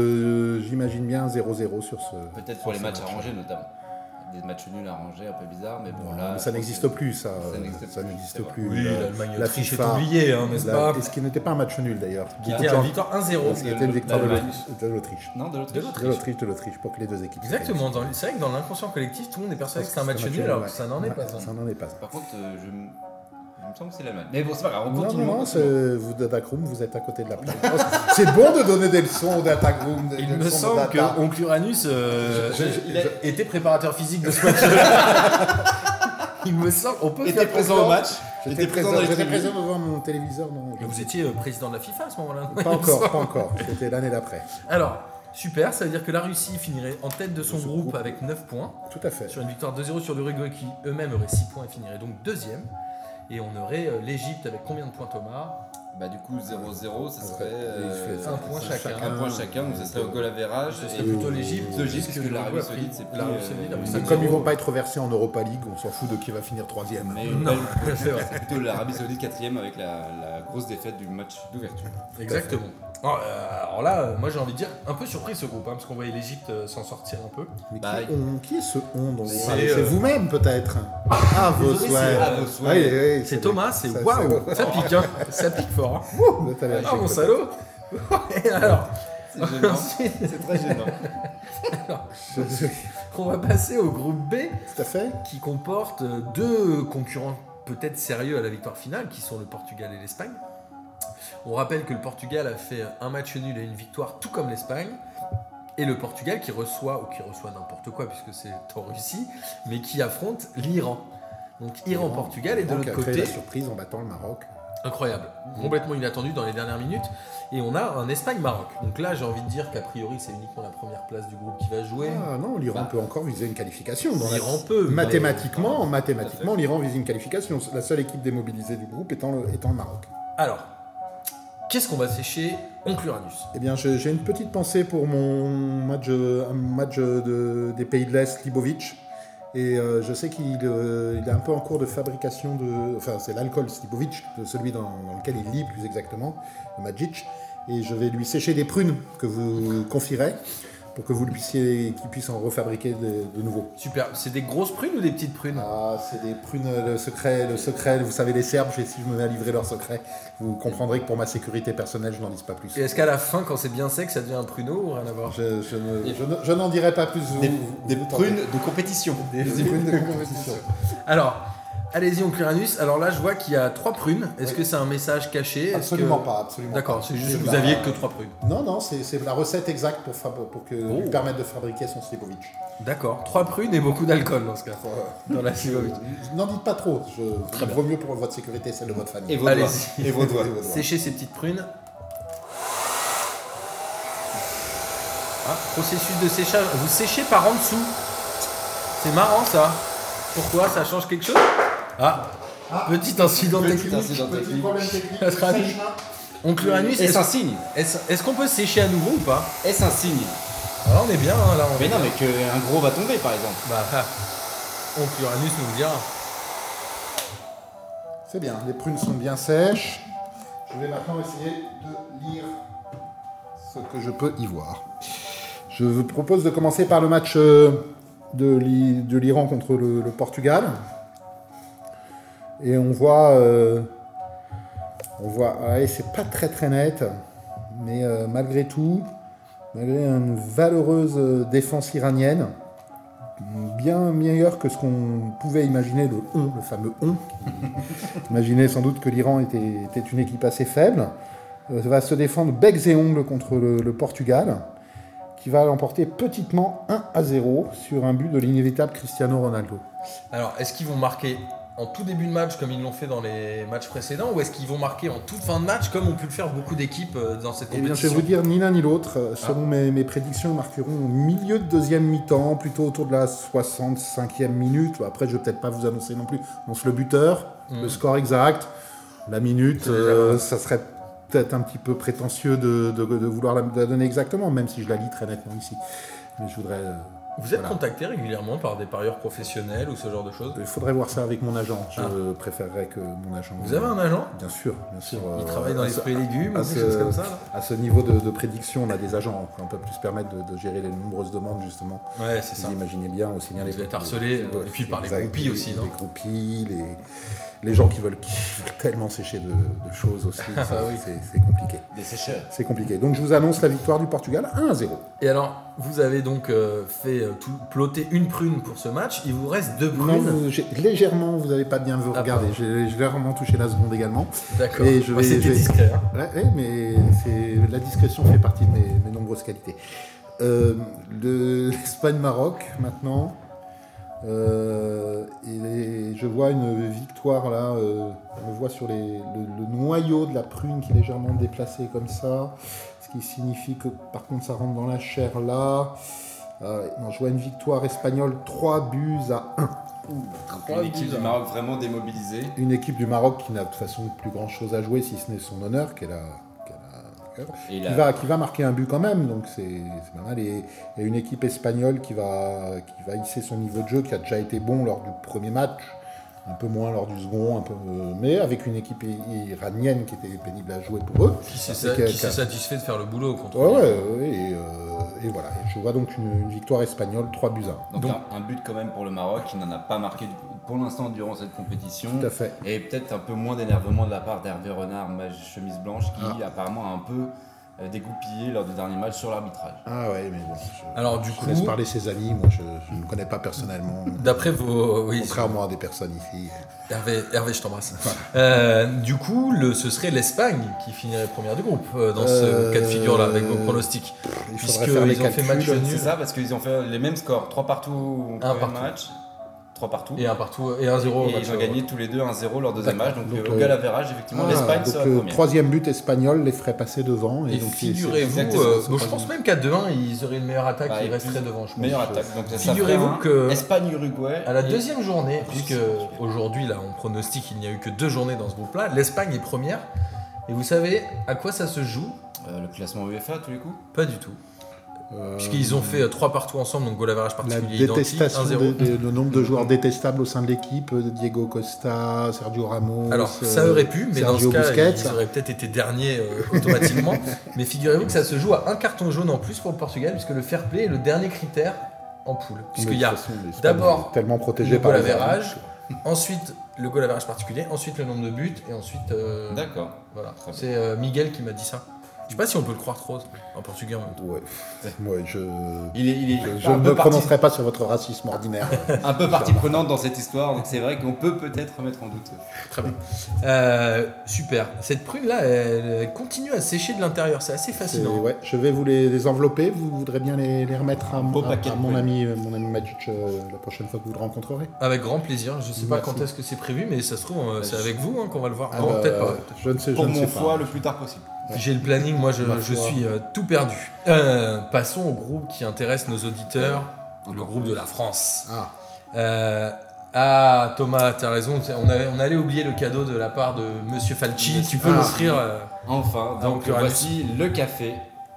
Speaker 3: je j'imagine bien un zéro zéro sur ce.
Speaker 4: Peut-être pour les
Speaker 3: sur ce
Speaker 4: matchs
Speaker 3: match.
Speaker 4: arrangés notamment. Des matchs nuls arrangés, un peu bizarre, mais bon
Speaker 3: Non,
Speaker 4: là.
Speaker 3: mais ça
Speaker 4: je
Speaker 3: n'existe
Speaker 4: pense que-
Speaker 3: plus, ça.
Speaker 4: Ça n'existe
Speaker 3: Ça
Speaker 4: plus,
Speaker 3: n'existe
Speaker 4: c'est vrai.
Speaker 3: plus.
Speaker 1: Oui,
Speaker 3: La-
Speaker 1: l'Allemagne
Speaker 3: la
Speaker 1: Autriche est
Speaker 3: FIFA,
Speaker 1: oubliée, hein, n'est-ce
Speaker 3: la-
Speaker 1: pas?
Speaker 3: et ce qui n'était pas un match nul d'ailleurs.
Speaker 1: Qui
Speaker 3: Beaucoup
Speaker 1: était
Speaker 3: de
Speaker 1: une
Speaker 3: gens-
Speaker 1: victoire un zéro.
Speaker 3: Ce qui était une victoire de
Speaker 4: l'Allemagne.
Speaker 3: l'Autriche- de l'Autriche.
Speaker 4: Non, de
Speaker 1: De
Speaker 4: l'Autriche.
Speaker 3: De
Speaker 1: l'Autriche.
Speaker 3: l'Autriche, de l'Autriche, pour que les deux équipes. se
Speaker 1: Exactement.
Speaker 3: qualifient.
Speaker 1: dans- C'est vrai que dans l'inconscient collectif, tout le monde est persuadé que c'est un match nul, alors que ça n'en est
Speaker 3: Ouais,
Speaker 1: pas. ça.
Speaker 3: Ça n'en est pas.
Speaker 4: Par contre, euh, je m- il me semble que c'est l'Allemagne. Mais bon, c'est pas grave, on
Speaker 3: Non,
Speaker 4: continue.
Speaker 3: non,
Speaker 4: on
Speaker 3: non,
Speaker 4: continue.
Speaker 3: c'est- vous de Datacroom, vous êtes à côté de la plaque. C'est bon de donner des leçons au Datacroom. des
Speaker 1: Il
Speaker 3: leçons
Speaker 1: me
Speaker 3: de
Speaker 1: semble que
Speaker 3: data.
Speaker 1: Oncle Uranus euh,
Speaker 3: Je- je-
Speaker 1: il a été préparateur physique de ce match. Il me semble, on peut
Speaker 4: Était
Speaker 1: faire
Speaker 4: présent
Speaker 1: confiance.
Speaker 4: au match.
Speaker 3: J'étais
Speaker 4: Était présent
Speaker 3: présent,
Speaker 4: dans les
Speaker 3: j'étais
Speaker 4: tribunes.
Speaker 3: présent devant mon téléviseur. Non, je-
Speaker 1: Et vous étiez euh, président de la FIFA à ce moment-là?
Speaker 3: Pas encore, pas encore. C'était l'année d'après.
Speaker 1: Alors, super, ça veut dire que la Russie finirait en tête de son
Speaker 3: De ce
Speaker 1: groupe
Speaker 3: groupe.
Speaker 1: avec neuf points,
Speaker 3: Tout à fait.
Speaker 1: sur une victoire deux zéro sur l'Uruguay qui eux-mêmes auraient six points et finirait donc deuxième. Et on aurait euh, l'Égypte avec combien de points, Thomas?
Speaker 4: Bah du coup zéro zéro, ça serait
Speaker 3: euh,
Speaker 1: un point chacun.
Speaker 4: Un point chacun, donc ça serait au goal average.
Speaker 1: Ce serait plutôt l'Égypte.
Speaker 4: L'Égypte,
Speaker 1: parce
Speaker 4: parce que l'Arabie
Speaker 1: a
Speaker 4: Saoudite,
Speaker 1: pris-
Speaker 4: c'est plus,
Speaker 1: l'Arabie
Speaker 4: euh,
Speaker 1: Saoudite a pris
Speaker 3: Mais
Speaker 1: cinq
Speaker 3: comme ils
Speaker 1: zéro.
Speaker 3: vont pas être reversés en Europa League, on s'en fout de qui va finir troisième.
Speaker 4: Mais une
Speaker 1: Non,
Speaker 4: belle-
Speaker 1: c'est vrai.
Speaker 4: c'est plutôt l'Arabie Saoudite quatrième avec la, la grosse défaite du match d'ouverture.
Speaker 1: Exactement. Alors, euh, alors là, euh, moi j'ai envie de dire, un peu surpris ce groupe, hein, parce qu'on voyait l'Égypte euh, s'en sortir un peu.
Speaker 3: Mais
Speaker 4: Bah,
Speaker 3: qui, on- qui est ce on dont vous
Speaker 4: c'est,
Speaker 3: parlez
Speaker 1: euh,
Speaker 3: C'est vous-même peut-être. Ah, vos
Speaker 4: désolé,
Speaker 3: souhaits.
Speaker 4: c'est à vos souhaits.
Speaker 3: Oui, oui,
Speaker 1: C'est
Speaker 3: des-
Speaker 1: Thomas, c'est
Speaker 3: ça,
Speaker 1: waouh,
Speaker 3: c'est-
Speaker 1: ça pique, hein. Ça pique fort. Hein.
Speaker 3: Ouh, vous êtes allé
Speaker 1: Ah
Speaker 3: acheter,
Speaker 1: mon
Speaker 3: peut-être.
Speaker 1: salaud. Et alors,
Speaker 4: C'est gênant.
Speaker 1: ensuite,
Speaker 4: C'est très gênant.
Speaker 3: Je- je-
Speaker 1: on va passer au groupe B,
Speaker 3: Tout à fait.
Speaker 1: qui comporte euh, deux concurrents peut-être sérieux à la victoire finale, qui sont le Portugal et l'Espagne. On rappelle que le Portugal a fait un match nul et une victoire, tout comme l'Espagne. Et le Portugal qui reçoit, ou qui reçoit n'importe quoi, puisque c'est en Russie, mais qui affronte l'Iran. Donc Iran-Portugal, et de
Speaker 3: Donc,
Speaker 1: l'autre
Speaker 3: a créé
Speaker 1: côté,
Speaker 3: la surprise en battant le Maroc.
Speaker 1: incroyable, complètement inattendu dans les dernières minutes. Et on a un Espagne-Maroc. Donc là, j'ai envie de dire qu'a priori, c'est uniquement la première place du groupe qui va jouer.
Speaker 3: Ah non, l'Iran
Speaker 1: Bah,
Speaker 3: peut encore viser une qualification. Dans la-
Speaker 1: L'Iran peut. mais-
Speaker 3: Mathématiquement, mathématiquement, l'Iran vise une qualification. La seule équipe démobilisée du groupe étant le, étant le Maroc.
Speaker 1: Alors, qu'est-ce qu'on va sécher, oncle Uranus?
Speaker 3: Eh bien, je- j'ai une petite pensée pour mon match, un match de, des pays de l'Est, Slibovic. Et euh, je sais qu'il euh, il est un peu en cours de fabrication de... Enfin, c'est l'alcool Slibovic, celui dans, dans lequel il lit plus exactement, le Magic. Et je vais lui sécher des prunes que vous confierez pour que vous le puissiez, qu'il puisse en refabriquer de, de nouveau.
Speaker 1: Super. C'est des grosses prunes ou des petites prunes?
Speaker 3: Ah, c'est des prunes, le secret, le secret, vous savez, les Serbes, si je me mets à livrer leur secret, vous comprendrez que pour ma sécurité personnelle, je n'en dis pas plus.
Speaker 1: Et est-ce qu'à la fin, quand c'est bien sec, ça devient un pruneau ou rien à voir?
Speaker 3: Je, je ne- je ne- je n'en dirai pas plus. Vous-
Speaker 4: Des,
Speaker 3: vous-
Speaker 4: des
Speaker 3: vous
Speaker 4: prunes
Speaker 3: tentez.
Speaker 4: de compétition.
Speaker 1: Des-
Speaker 3: Des prunes de compétition.
Speaker 1: Alors, allez-y, oncle Uranus. Alors là, je vois qu'il y a trois prunes. Est-ce
Speaker 3: Oui.
Speaker 1: que c'est un message caché? Est-ce
Speaker 3: Absolument
Speaker 1: que-
Speaker 3: pas, absolument
Speaker 1: D'accord,
Speaker 3: pas.
Speaker 1: c'est juste que vous
Speaker 3: la-
Speaker 1: aviez que trois prunes.
Speaker 3: Non, non, c'est c'est la recette exacte pour, fab- pour que,
Speaker 1: Oh.
Speaker 3: lui permettre de fabriquer son Slibovic.
Speaker 1: D'accord, trois prunes et beaucoup d'alcool dans ce cas. Dans la Slibovic.
Speaker 3: N'en dites pas trop, je,
Speaker 1: Très
Speaker 3: il vaut mieux pour votre sécurité, celle de votre famille.
Speaker 4: Et vos
Speaker 1: Allez-y.
Speaker 4: doigts. Et vos doigts.
Speaker 3: Et vos doigts.
Speaker 1: Séchez ces petites prunes. Ah, processus de séchage. Vous séchez par en dessous. C'est marrant ça. Pourquoi? Ça change quelque chose? Ah, petit incident
Speaker 4: Petit
Speaker 1: technique.
Speaker 4: incident
Speaker 3: Petit
Speaker 4: technique.
Speaker 3: problème technique.
Speaker 1: Très rapide.
Speaker 3: sèche-main.
Speaker 1: Oncle Uranus,
Speaker 4: Est-ce
Speaker 1: est-ce
Speaker 4: un signe
Speaker 1: est-ce- est-ce qu'on peut sécher à nouveau ou pas?
Speaker 4: Est-ce un signe
Speaker 1: Alors on est bien, hein, là. On
Speaker 4: Mais
Speaker 1: est
Speaker 4: non,
Speaker 1: bien.
Speaker 4: mais qu'un gros va tomber par exemple.
Speaker 1: Bah, ah. Oncle Uranus nous le dira.
Speaker 3: C'est bien, les prunes sont bien sèches. Je vais maintenant essayer de lire ce que je peux y voir. Je vous propose de commencer par le match euh, de l'I- de l'Iran contre le, le Portugal. Et on voit, euh, on voit, allez, c'est pas très très net, mais euh, malgré tout, malgré une valeureuse euh, défense iranienne, bien meilleure que ce qu'on pouvait imaginer, le on, le fameux on. Imaginez sans doute que l'Iran était, était une équipe assez faible. Euh, va se défendre becs et ongles contre le, le Portugal, qui va l'emporter petitement un à zéro sur un but de l'inévitable Cristiano Ronaldo.
Speaker 1: Alors, est-ce qu'ils vont marquer en tout début de match comme ils l'ont fait dans les matchs précédents, ou est-ce qu'ils vont marquer en toute fin de match comme ont pu le faire beaucoup d'équipes euh, dans cette
Speaker 3: Eh bien, je
Speaker 1: compétition?
Speaker 3: vais vous dire ni l'un ni l'autre. Euh, Selon mes, mes prédictions, ils marqueront au milieu de deuxième mi-temps, plutôt autour de la soixante-cinquième minute. Après, je vais peut-être pas vous annoncer non plus. On se le buteur,
Speaker 1: Mhm.
Speaker 3: le score exact, la minute,
Speaker 1: C'est déjà
Speaker 3: euh,
Speaker 1: bon.
Speaker 3: ça serait peut-être un petit peu prétentieux de, de- de vouloir la, de la donner exactement, même si je la lis très nettement ici. Mais je voudrais... euh,
Speaker 1: Vous êtes
Speaker 3: Voilà.
Speaker 1: contacté régulièrement par des parieurs professionnels ou ce genre de choses?
Speaker 3: Il faudrait voir ça avec mon agent. Je
Speaker 1: Ah.
Speaker 3: préférerais que mon agent...
Speaker 1: Vous avez un agent?
Speaker 3: Bien sûr, bien sûr.
Speaker 1: Il
Speaker 3: euh,
Speaker 1: travaille dans
Speaker 3: à
Speaker 1: les
Speaker 3: ce-
Speaker 1: fruits et légumes
Speaker 3: à
Speaker 1: ou des
Speaker 3: ce-
Speaker 1: choses comme ça là?
Speaker 3: À ce niveau de, de prédiction, on a des agents qui peuvent plus permettre de, de gérer les nombreuses demandes, justement.
Speaker 1: Ouais, c'est ça.
Speaker 3: Vous imaginez bien aussi bien les...
Speaker 1: Vous êtes harcelé, euh, et puis par les
Speaker 3: Exact,
Speaker 1: groupies aussi, non?
Speaker 3: Les groupies, les, les gens qui veulent, qui veulent tellement sécher de, de choses aussi.
Speaker 1: Ah
Speaker 3: ça,
Speaker 1: oui.
Speaker 3: c'est, c'est compliqué.
Speaker 4: Des sécheurs.
Speaker 3: C'est compliqué. Donc je vous annonce la victoire du Portugal un à zéro.
Speaker 1: Et alors, vous avez donc euh, fait euh, tout, ploter une prune pour ce match. Il vous reste deux
Speaker 3: Non,
Speaker 1: prunes.
Speaker 3: vous- j'ai- légèrement, vous n'avez pas bien vu
Speaker 1: Ah,
Speaker 3: regarder.
Speaker 1: pardon.
Speaker 3: J'ai j'ai légèrement touché la seconde également.
Speaker 1: D'accord.
Speaker 3: Et je
Speaker 1: Ouais,
Speaker 3: vais-
Speaker 1: C'était
Speaker 3: je vais-
Speaker 1: discret. hein.
Speaker 3: Ouais, ouais, mais c'est, la discrétion fait partie de mes, mes nombreuses qualités. Euh, le- L'Espagne-Maroc, maintenant. Euh, et je vois une victoire là, euh, on le voit sur les, le, le noyau de la prune qui est légèrement déplacé comme ça, ce qui signifie que par contre ça rentre dans la chair là. Euh, non, je vois une victoire espagnole trois buts à un.
Speaker 4: Une équipe du Maroc vraiment démobilisée.
Speaker 3: Une équipe du Maroc qui n'a de toute façon plus grand chose à jouer si ce n'est son honneur, qu'elle a, qu'elle a,
Speaker 4: Et
Speaker 3: qui,
Speaker 4: là-
Speaker 3: va, qui va marquer un but quand même, donc c'est c'est pas mal. Et il y a une équipe espagnole qui va, qui va hisser son niveau de jeu, qui a déjà été bon lors du premier match, un peu moins lors du second, un peu, euh, mais avec une équipe i- iranienne qui était pénible à jouer pour eux.
Speaker 1: Qui s'est
Speaker 3: Et
Speaker 1: sa-
Speaker 3: qui a-
Speaker 1: qui
Speaker 3: qui a-
Speaker 1: s'est satisfait de faire le boulot contre
Speaker 3: Ouais, ouais, ouais, et, euh, et voilà. Et je vois donc une, une victoire espagnole, trois buts à un.
Speaker 4: Donc,
Speaker 1: Donc-
Speaker 4: un, un but quand même pour le Maroc qui n'en a pas marqué du coup, pour l'instant durant cette compétition.
Speaker 3: Tout à fait.
Speaker 4: Et peut-être un peu moins d'énervement de la part d'Hervé Renard, mage chemise blanche, qui
Speaker 3: Ah.
Speaker 4: apparemment a un peu euh, dégoupillé lors du dernier match sur l'arbitrage.
Speaker 3: Ah ouais, mais bon. Je,
Speaker 1: Alors, du
Speaker 3: je
Speaker 1: coup-
Speaker 3: laisse parler ses amis, moi je, je ne connais pas personnellement.
Speaker 1: D'après vos. Oui,
Speaker 3: Contrairement à des personnes ici.
Speaker 1: Hervé, Hervé, je t'embrasse. Euh, du coup, le, ce serait l'Espagne qui finirait première du groupe euh, dans ce
Speaker 3: Euh,
Speaker 1: cas de figure-là avec vos pronostics.
Speaker 3: Il
Speaker 1: Puisque
Speaker 3: faudrait faire les
Speaker 1: ils ont fait match
Speaker 3: calculs.
Speaker 1: nul.
Speaker 4: C'est ça, parce qu'ils ont fait les mêmes scores, trois partout au
Speaker 1: Un
Speaker 4: premier
Speaker 1: partout.
Speaker 4: match, trois partout.
Speaker 1: Et un partout et un zéro.
Speaker 4: Et ils ont gagné tous les deux un zéro leur deuxième match.
Speaker 3: D'accord.
Speaker 4: Donc,
Speaker 3: Donc,
Speaker 4: euh, au
Speaker 3: euh,
Speaker 4: galavérage, effectivement,
Speaker 3: Ah,
Speaker 4: l'Espagne
Speaker 3: donc
Speaker 4: sera
Speaker 3: le
Speaker 4: première.
Speaker 3: troisième but espagnol les ferait passer devant. Et,
Speaker 1: Et
Speaker 3: donc c'est-
Speaker 1: figurez-vous,
Speaker 4: exactement
Speaker 1: euh,
Speaker 4: ça,
Speaker 1: bon,
Speaker 4: c'est
Speaker 1: je pense
Speaker 4: pas
Speaker 1: même qu'à deux un, ils auraient une meilleure attaque
Speaker 4: Bah,
Speaker 1: qui
Speaker 4: et
Speaker 1: resterait
Speaker 4: plus-
Speaker 1: devant, je pense.
Speaker 4: Meilleure attaque. Donc, ça
Speaker 1: Figurez-vous
Speaker 4: ferait un
Speaker 1: que-
Speaker 4: Espagne-Uruguay.
Speaker 1: À la
Speaker 4: et-
Speaker 1: deuxième journée, puisque aujourd'hui là on pronostique il n'y a eu que deux journées dans ce groupe-là, l'Espagne est première. Et vous savez à quoi ça se joue?
Speaker 4: Euh, le classement UEFA, tous les coups.
Speaker 1: Pas du tout.
Speaker 3: euh,
Speaker 1: Puisqu'ils ont fait euh, trois partout ensemble, donc goal average
Speaker 3: la
Speaker 1: particulier identique,
Speaker 3: détestation,
Speaker 1: un zéro.
Speaker 3: de- de- le nombre de joueurs détestables au sein de l'équipe, euh, Diego Costa, Sergio Ramos.
Speaker 1: Alors
Speaker 3: euh,
Speaker 1: ça aurait pu, mais dans ce
Speaker 3: Sergio
Speaker 1: cas
Speaker 3: Busquets.
Speaker 1: ils auraient peut-être été derniers euh, automatiquement. Mais figurez-vous que ça se joue à un carton jaune en plus pour le Portugal, puisque le fair play est le dernier critère en poule.
Speaker 3: Mais
Speaker 1: Puisqu'il
Speaker 3: de
Speaker 1: y a
Speaker 3: toute façon, l'Espagne
Speaker 1: d'abord
Speaker 3: est tellement protégé
Speaker 1: le
Speaker 3: par
Speaker 1: goal
Speaker 3: les
Speaker 1: average, ensuite le goal average particulier, ensuite le nombre de buts, et ensuite... euh,
Speaker 4: D'accord.
Speaker 1: Voilà,
Speaker 4: Très bien.
Speaker 1: c'est euh, Miguel qui m'a dit ça. Je sais pas si on peut le croire trop en portugais en même temps.
Speaker 3: Ouais, ouais, je,
Speaker 4: Il est, il est
Speaker 3: je, je
Speaker 4: un,
Speaker 3: ne
Speaker 4: peu
Speaker 3: me
Speaker 4: partie,
Speaker 3: prononcerai pas sur votre racisme ordinaire.
Speaker 4: un peu partie prenante dans cette histoire, donc c'est vrai qu'on peut peut-être remettre en doute.
Speaker 1: Très bien. Euh, super. Cette prune-là, elle, elle continue à sécher de l'intérieur. C'est assez
Speaker 3: C'est-
Speaker 1: fascinant.
Speaker 3: ouais, je vais vous les, les envelopper. Vous voudrez bien les, les remettre à,
Speaker 4: beau
Speaker 3: à-
Speaker 4: paquet
Speaker 3: à
Speaker 4: de
Speaker 3: mon
Speaker 4: prunes.
Speaker 3: ami, euh, mon ami Magic euh, la prochaine fois que vous le rencontrerez.
Speaker 1: Avec grand plaisir. Je sais pas
Speaker 3: Merci.
Speaker 1: quand est-ce que c'est prévu, mais ça se trouve, euh, c'est avec vous hein, qu'on va le voir.
Speaker 3: Ah
Speaker 1: Bon,
Speaker 3: bah,
Speaker 1: peut-être pas.
Speaker 3: Je ne sais,
Speaker 4: Pour
Speaker 3: je ne
Speaker 4: mon
Speaker 3: sais
Speaker 4: foie,
Speaker 3: pas.
Speaker 4: le plus tard possible.
Speaker 1: J'ai le planning, moi je,
Speaker 3: Ma
Speaker 1: je
Speaker 3: foi.
Speaker 1: suis euh, tout perdu. Euh, passons au groupe qui intéresse nos auditeurs, le groupe de la France.
Speaker 3: Ah,
Speaker 1: Euh, ah Thomas, t'as raison, on, avait, on allait oublier le cadeau de la part de Monsieur Falchi. Tu peux
Speaker 3: Ah.
Speaker 1: l'offrir. euh,
Speaker 4: Enfin,
Speaker 1: Donc,
Speaker 4: donc
Speaker 1: Uranus.
Speaker 4: voici le café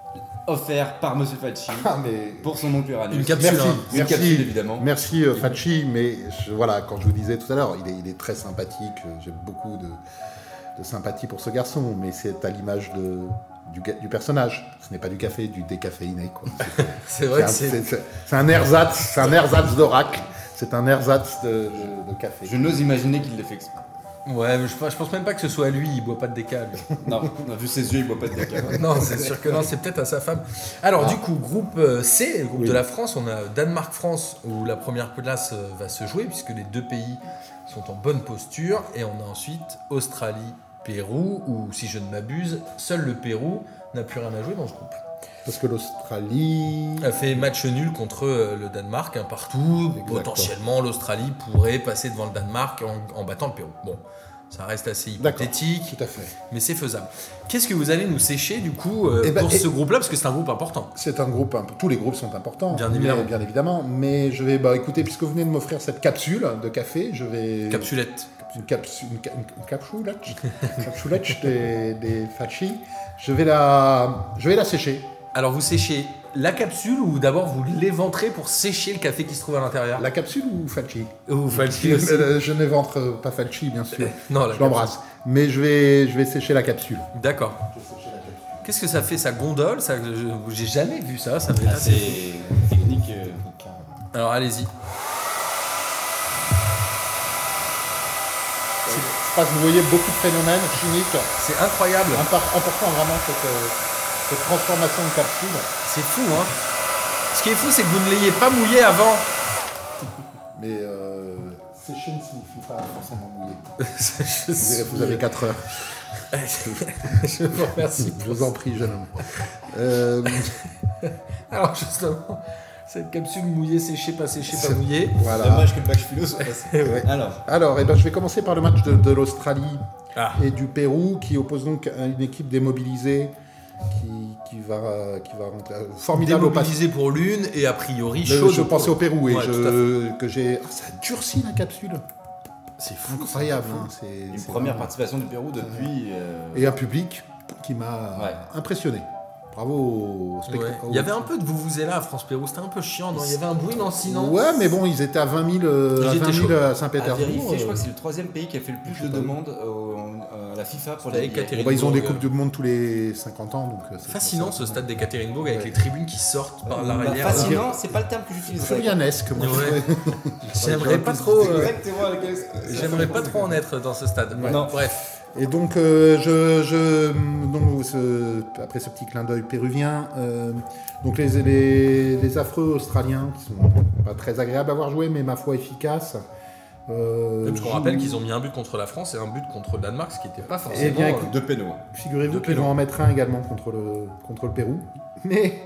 Speaker 4: offert par Monsieur Facci
Speaker 3: Ah, mais
Speaker 4: pour son oncle Uranus.
Speaker 1: Une capsule,
Speaker 3: merci,
Speaker 1: hein.
Speaker 4: Une
Speaker 3: merci,
Speaker 4: capsule, évidemment.
Speaker 3: merci euh, Facci, mais je- voilà, quand je vous disais tout à l'heure, il est, il est très sympathique. euh, J'ai beaucoup de, de sympathie pour ce garçon, mais c'est à l'image de du, ga- du personnage. Ce n'est pas du café, du décaféiné, quoi.
Speaker 1: C'est vrai que
Speaker 3: C'est un-
Speaker 1: c'est.
Speaker 3: c'est- c'est- c'est un ersatz, c'est un ersatz d'oracle. C'est un ersatz de, de- de café.
Speaker 4: Je n'ose imaginer qu'il l'ait fait exprès.
Speaker 1: Ouais, mais je, je pense même pas que ce soit lui, il boit pas de décal.
Speaker 4: Non, on a vu ses yeux, il boit pas de décal.
Speaker 1: Non, c'est sûr que non, c'est peut-être à sa femme. Alors, du coup, groupe euh, C, le groupe
Speaker 3: Oui.
Speaker 1: de la France, on a Danemark-France où la première place euh, va se jouer puisque les deux pays sont en bonne posture. Et on a ensuite Australie-Pérou où, si je ne m'abuse, seul le Pérou n'a plus rien à jouer dans ce groupe.
Speaker 3: Parce que l'Australie.
Speaker 1: Elle fait match nul contre euh, le Danemark, un partout.
Speaker 3: Exactement.
Speaker 1: Potentiellement, l'Australie pourrait passer devant le Danemark en, en battant le Pérou. Bon, ça reste assez
Speaker 3: D'accord.
Speaker 1: hypothétique.
Speaker 3: Tout à fait.
Speaker 1: Mais c'est faisable. Qu'est-ce que vous allez nous sécher du coup euh,
Speaker 3: Eh ben,
Speaker 1: pour
Speaker 3: et-
Speaker 1: ce groupe-là parce que c'est un groupe important.
Speaker 3: C'est un groupe, un peu- tous les groupes sont importants,
Speaker 1: Bien
Speaker 3: mais-
Speaker 1: évidemment.
Speaker 3: bien évidemment. Mais je vais, bah, écoutez, puisque vous venez de m'offrir cette capsule de café, je vais
Speaker 1: Capsulette.
Speaker 3: une capsule, une, ca- une capsulette, une capsulette des, des Facci. Je vais la, je vais la sécher.
Speaker 1: Alors vous séchez la capsule ou d'abord vous l'éventrez pour sécher le café qui se trouve à l'intérieur.
Speaker 3: La capsule ou Facci?
Speaker 1: Ou Falchi
Speaker 3: Je,
Speaker 1: aussi.
Speaker 3: euh, je n'éventre pas Facci, bien sûr.
Speaker 1: Non, la
Speaker 3: Je l'embrasse. Mais je vais, je vais sécher la capsule.
Speaker 1: capsule. D'accord. Qu'est-ce que ça fait, ça gondole ça, je- J'ai jamais vu ça, ça me fait
Speaker 4: Ah,
Speaker 1: assez-
Speaker 4: c'est technique. euh,
Speaker 1: Alors allez-y.
Speaker 3: Je pense que vous voyez beaucoup de phénomènes chimiques.
Speaker 1: C'est incroyable.
Speaker 3: Impar- important vraiment cette, euh, cette transformation de capsule.
Speaker 1: C'est fou, hein. Ce qui est fou, c'est que vous ne l'ayez pas mouillé avant.
Speaker 3: Mais euh, sécher ne signifie pas forcément mouiller.
Speaker 1: Je
Speaker 3: Vous, verrez, vous avez quatre heures.
Speaker 1: Je vous remercie.
Speaker 3: Je vous en prie, jeune homme. Euh,
Speaker 1: Alors justement, cette capsule mouillée, séchée, pas séchée, pas mouillée.
Speaker 3: voilà.
Speaker 4: Dommage que le bac philo soit passé.
Speaker 1: Ouais.
Speaker 4: Alors,
Speaker 3: Alors, eh ben, je vais commencer par le match de, de l'Australie
Speaker 1: Ah.
Speaker 3: et du Pérou qui oppose donc à une équipe démobilisée qui, qui, va, qui va rentrer. Formidable au passé.
Speaker 1: Démobilisé pour l'une et a priori
Speaker 3: Le-
Speaker 1: chaud.
Speaker 3: Je pensais au Pérou et
Speaker 1: Ouais,
Speaker 3: je, que j'ai. Ah, ça durcit la capsule.
Speaker 1: C'est fou.
Speaker 3: Incroyable. Hein, c'est,
Speaker 4: Une
Speaker 3: c'est
Speaker 4: première
Speaker 3: vraiment-
Speaker 4: participation du Pérou depuis. euh,
Speaker 3: Et un public qui m'a
Speaker 4: Ouais.
Speaker 3: impressionné. Bravo au
Speaker 1: Ouais.
Speaker 3: spectacle.
Speaker 1: Il y avait un peu de vous-vous-là à France-Pérou, c'était un peu chiant, non? Il y avait un bruit, non? Sinon.
Speaker 3: Ouais, mais bon, ils étaient à vingt mille, euh,
Speaker 1: Ils
Speaker 3: à
Speaker 1: étaient
Speaker 3: vingt mille
Speaker 1: chauds.
Speaker 3: à
Speaker 4: À
Speaker 3: Saint-Pétersbourg.
Speaker 4: vérifier, je crois
Speaker 3: euh,
Speaker 4: que c'est le troisième pays qui a fait le plus
Speaker 3: Je
Speaker 4: de
Speaker 3: sais pas.
Speaker 4: demandes au- à la FIFA pour
Speaker 1: C'était
Speaker 4: les
Speaker 1: avec
Speaker 4: billets.
Speaker 1: Catherine.
Speaker 3: bon, bah, ils ont des
Speaker 1: Bourg,
Speaker 3: coupes du monde tous les cinquante ans. Donc euh, c'est
Speaker 1: Fascinant
Speaker 3: pour ça.
Speaker 1: ce stade d'Ekaterinbourg avec
Speaker 3: Ouais.
Speaker 1: les tribunes qui sortent par
Speaker 4: Bah,
Speaker 1: l'arrière.
Speaker 4: fascinant, c'est pas le terme que j'utilise.
Speaker 3: Furianesque, moi. je
Speaker 1: Ouais.
Speaker 3: trouvais.
Speaker 1: J'aimerais pas trop. euh,
Speaker 4: Exactement lequel-
Speaker 1: J'aimerais pas trop en être dans ce stade.
Speaker 3: Ouais.
Speaker 1: Non, bref.
Speaker 3: Et donc, euh, je, je, donc ce- après ce petit clin d'œil péruvien, euh, donc les, les, les affreux Australiens, qui sont pas très agréables à voir jouer, mais ma foi efficaces. Euh,
Speaker 1: Parce qu'on
Speaker 3: jouent-
Speaker 1: rappelle qu'ils ont mis un but contre la France et un but contre le Danemark, ce qui n'était pas forcément.
Speaker 3: Eh bien, écoute,
Speaker 4: Deux pénaux.
Speaker 3: Figurez-vous
Speaker 1: De
Speaker 3: qu'ils
Speaker 1: péno.
Speaker 3: vont en mettre un également contre le, contre le Pérou. Mais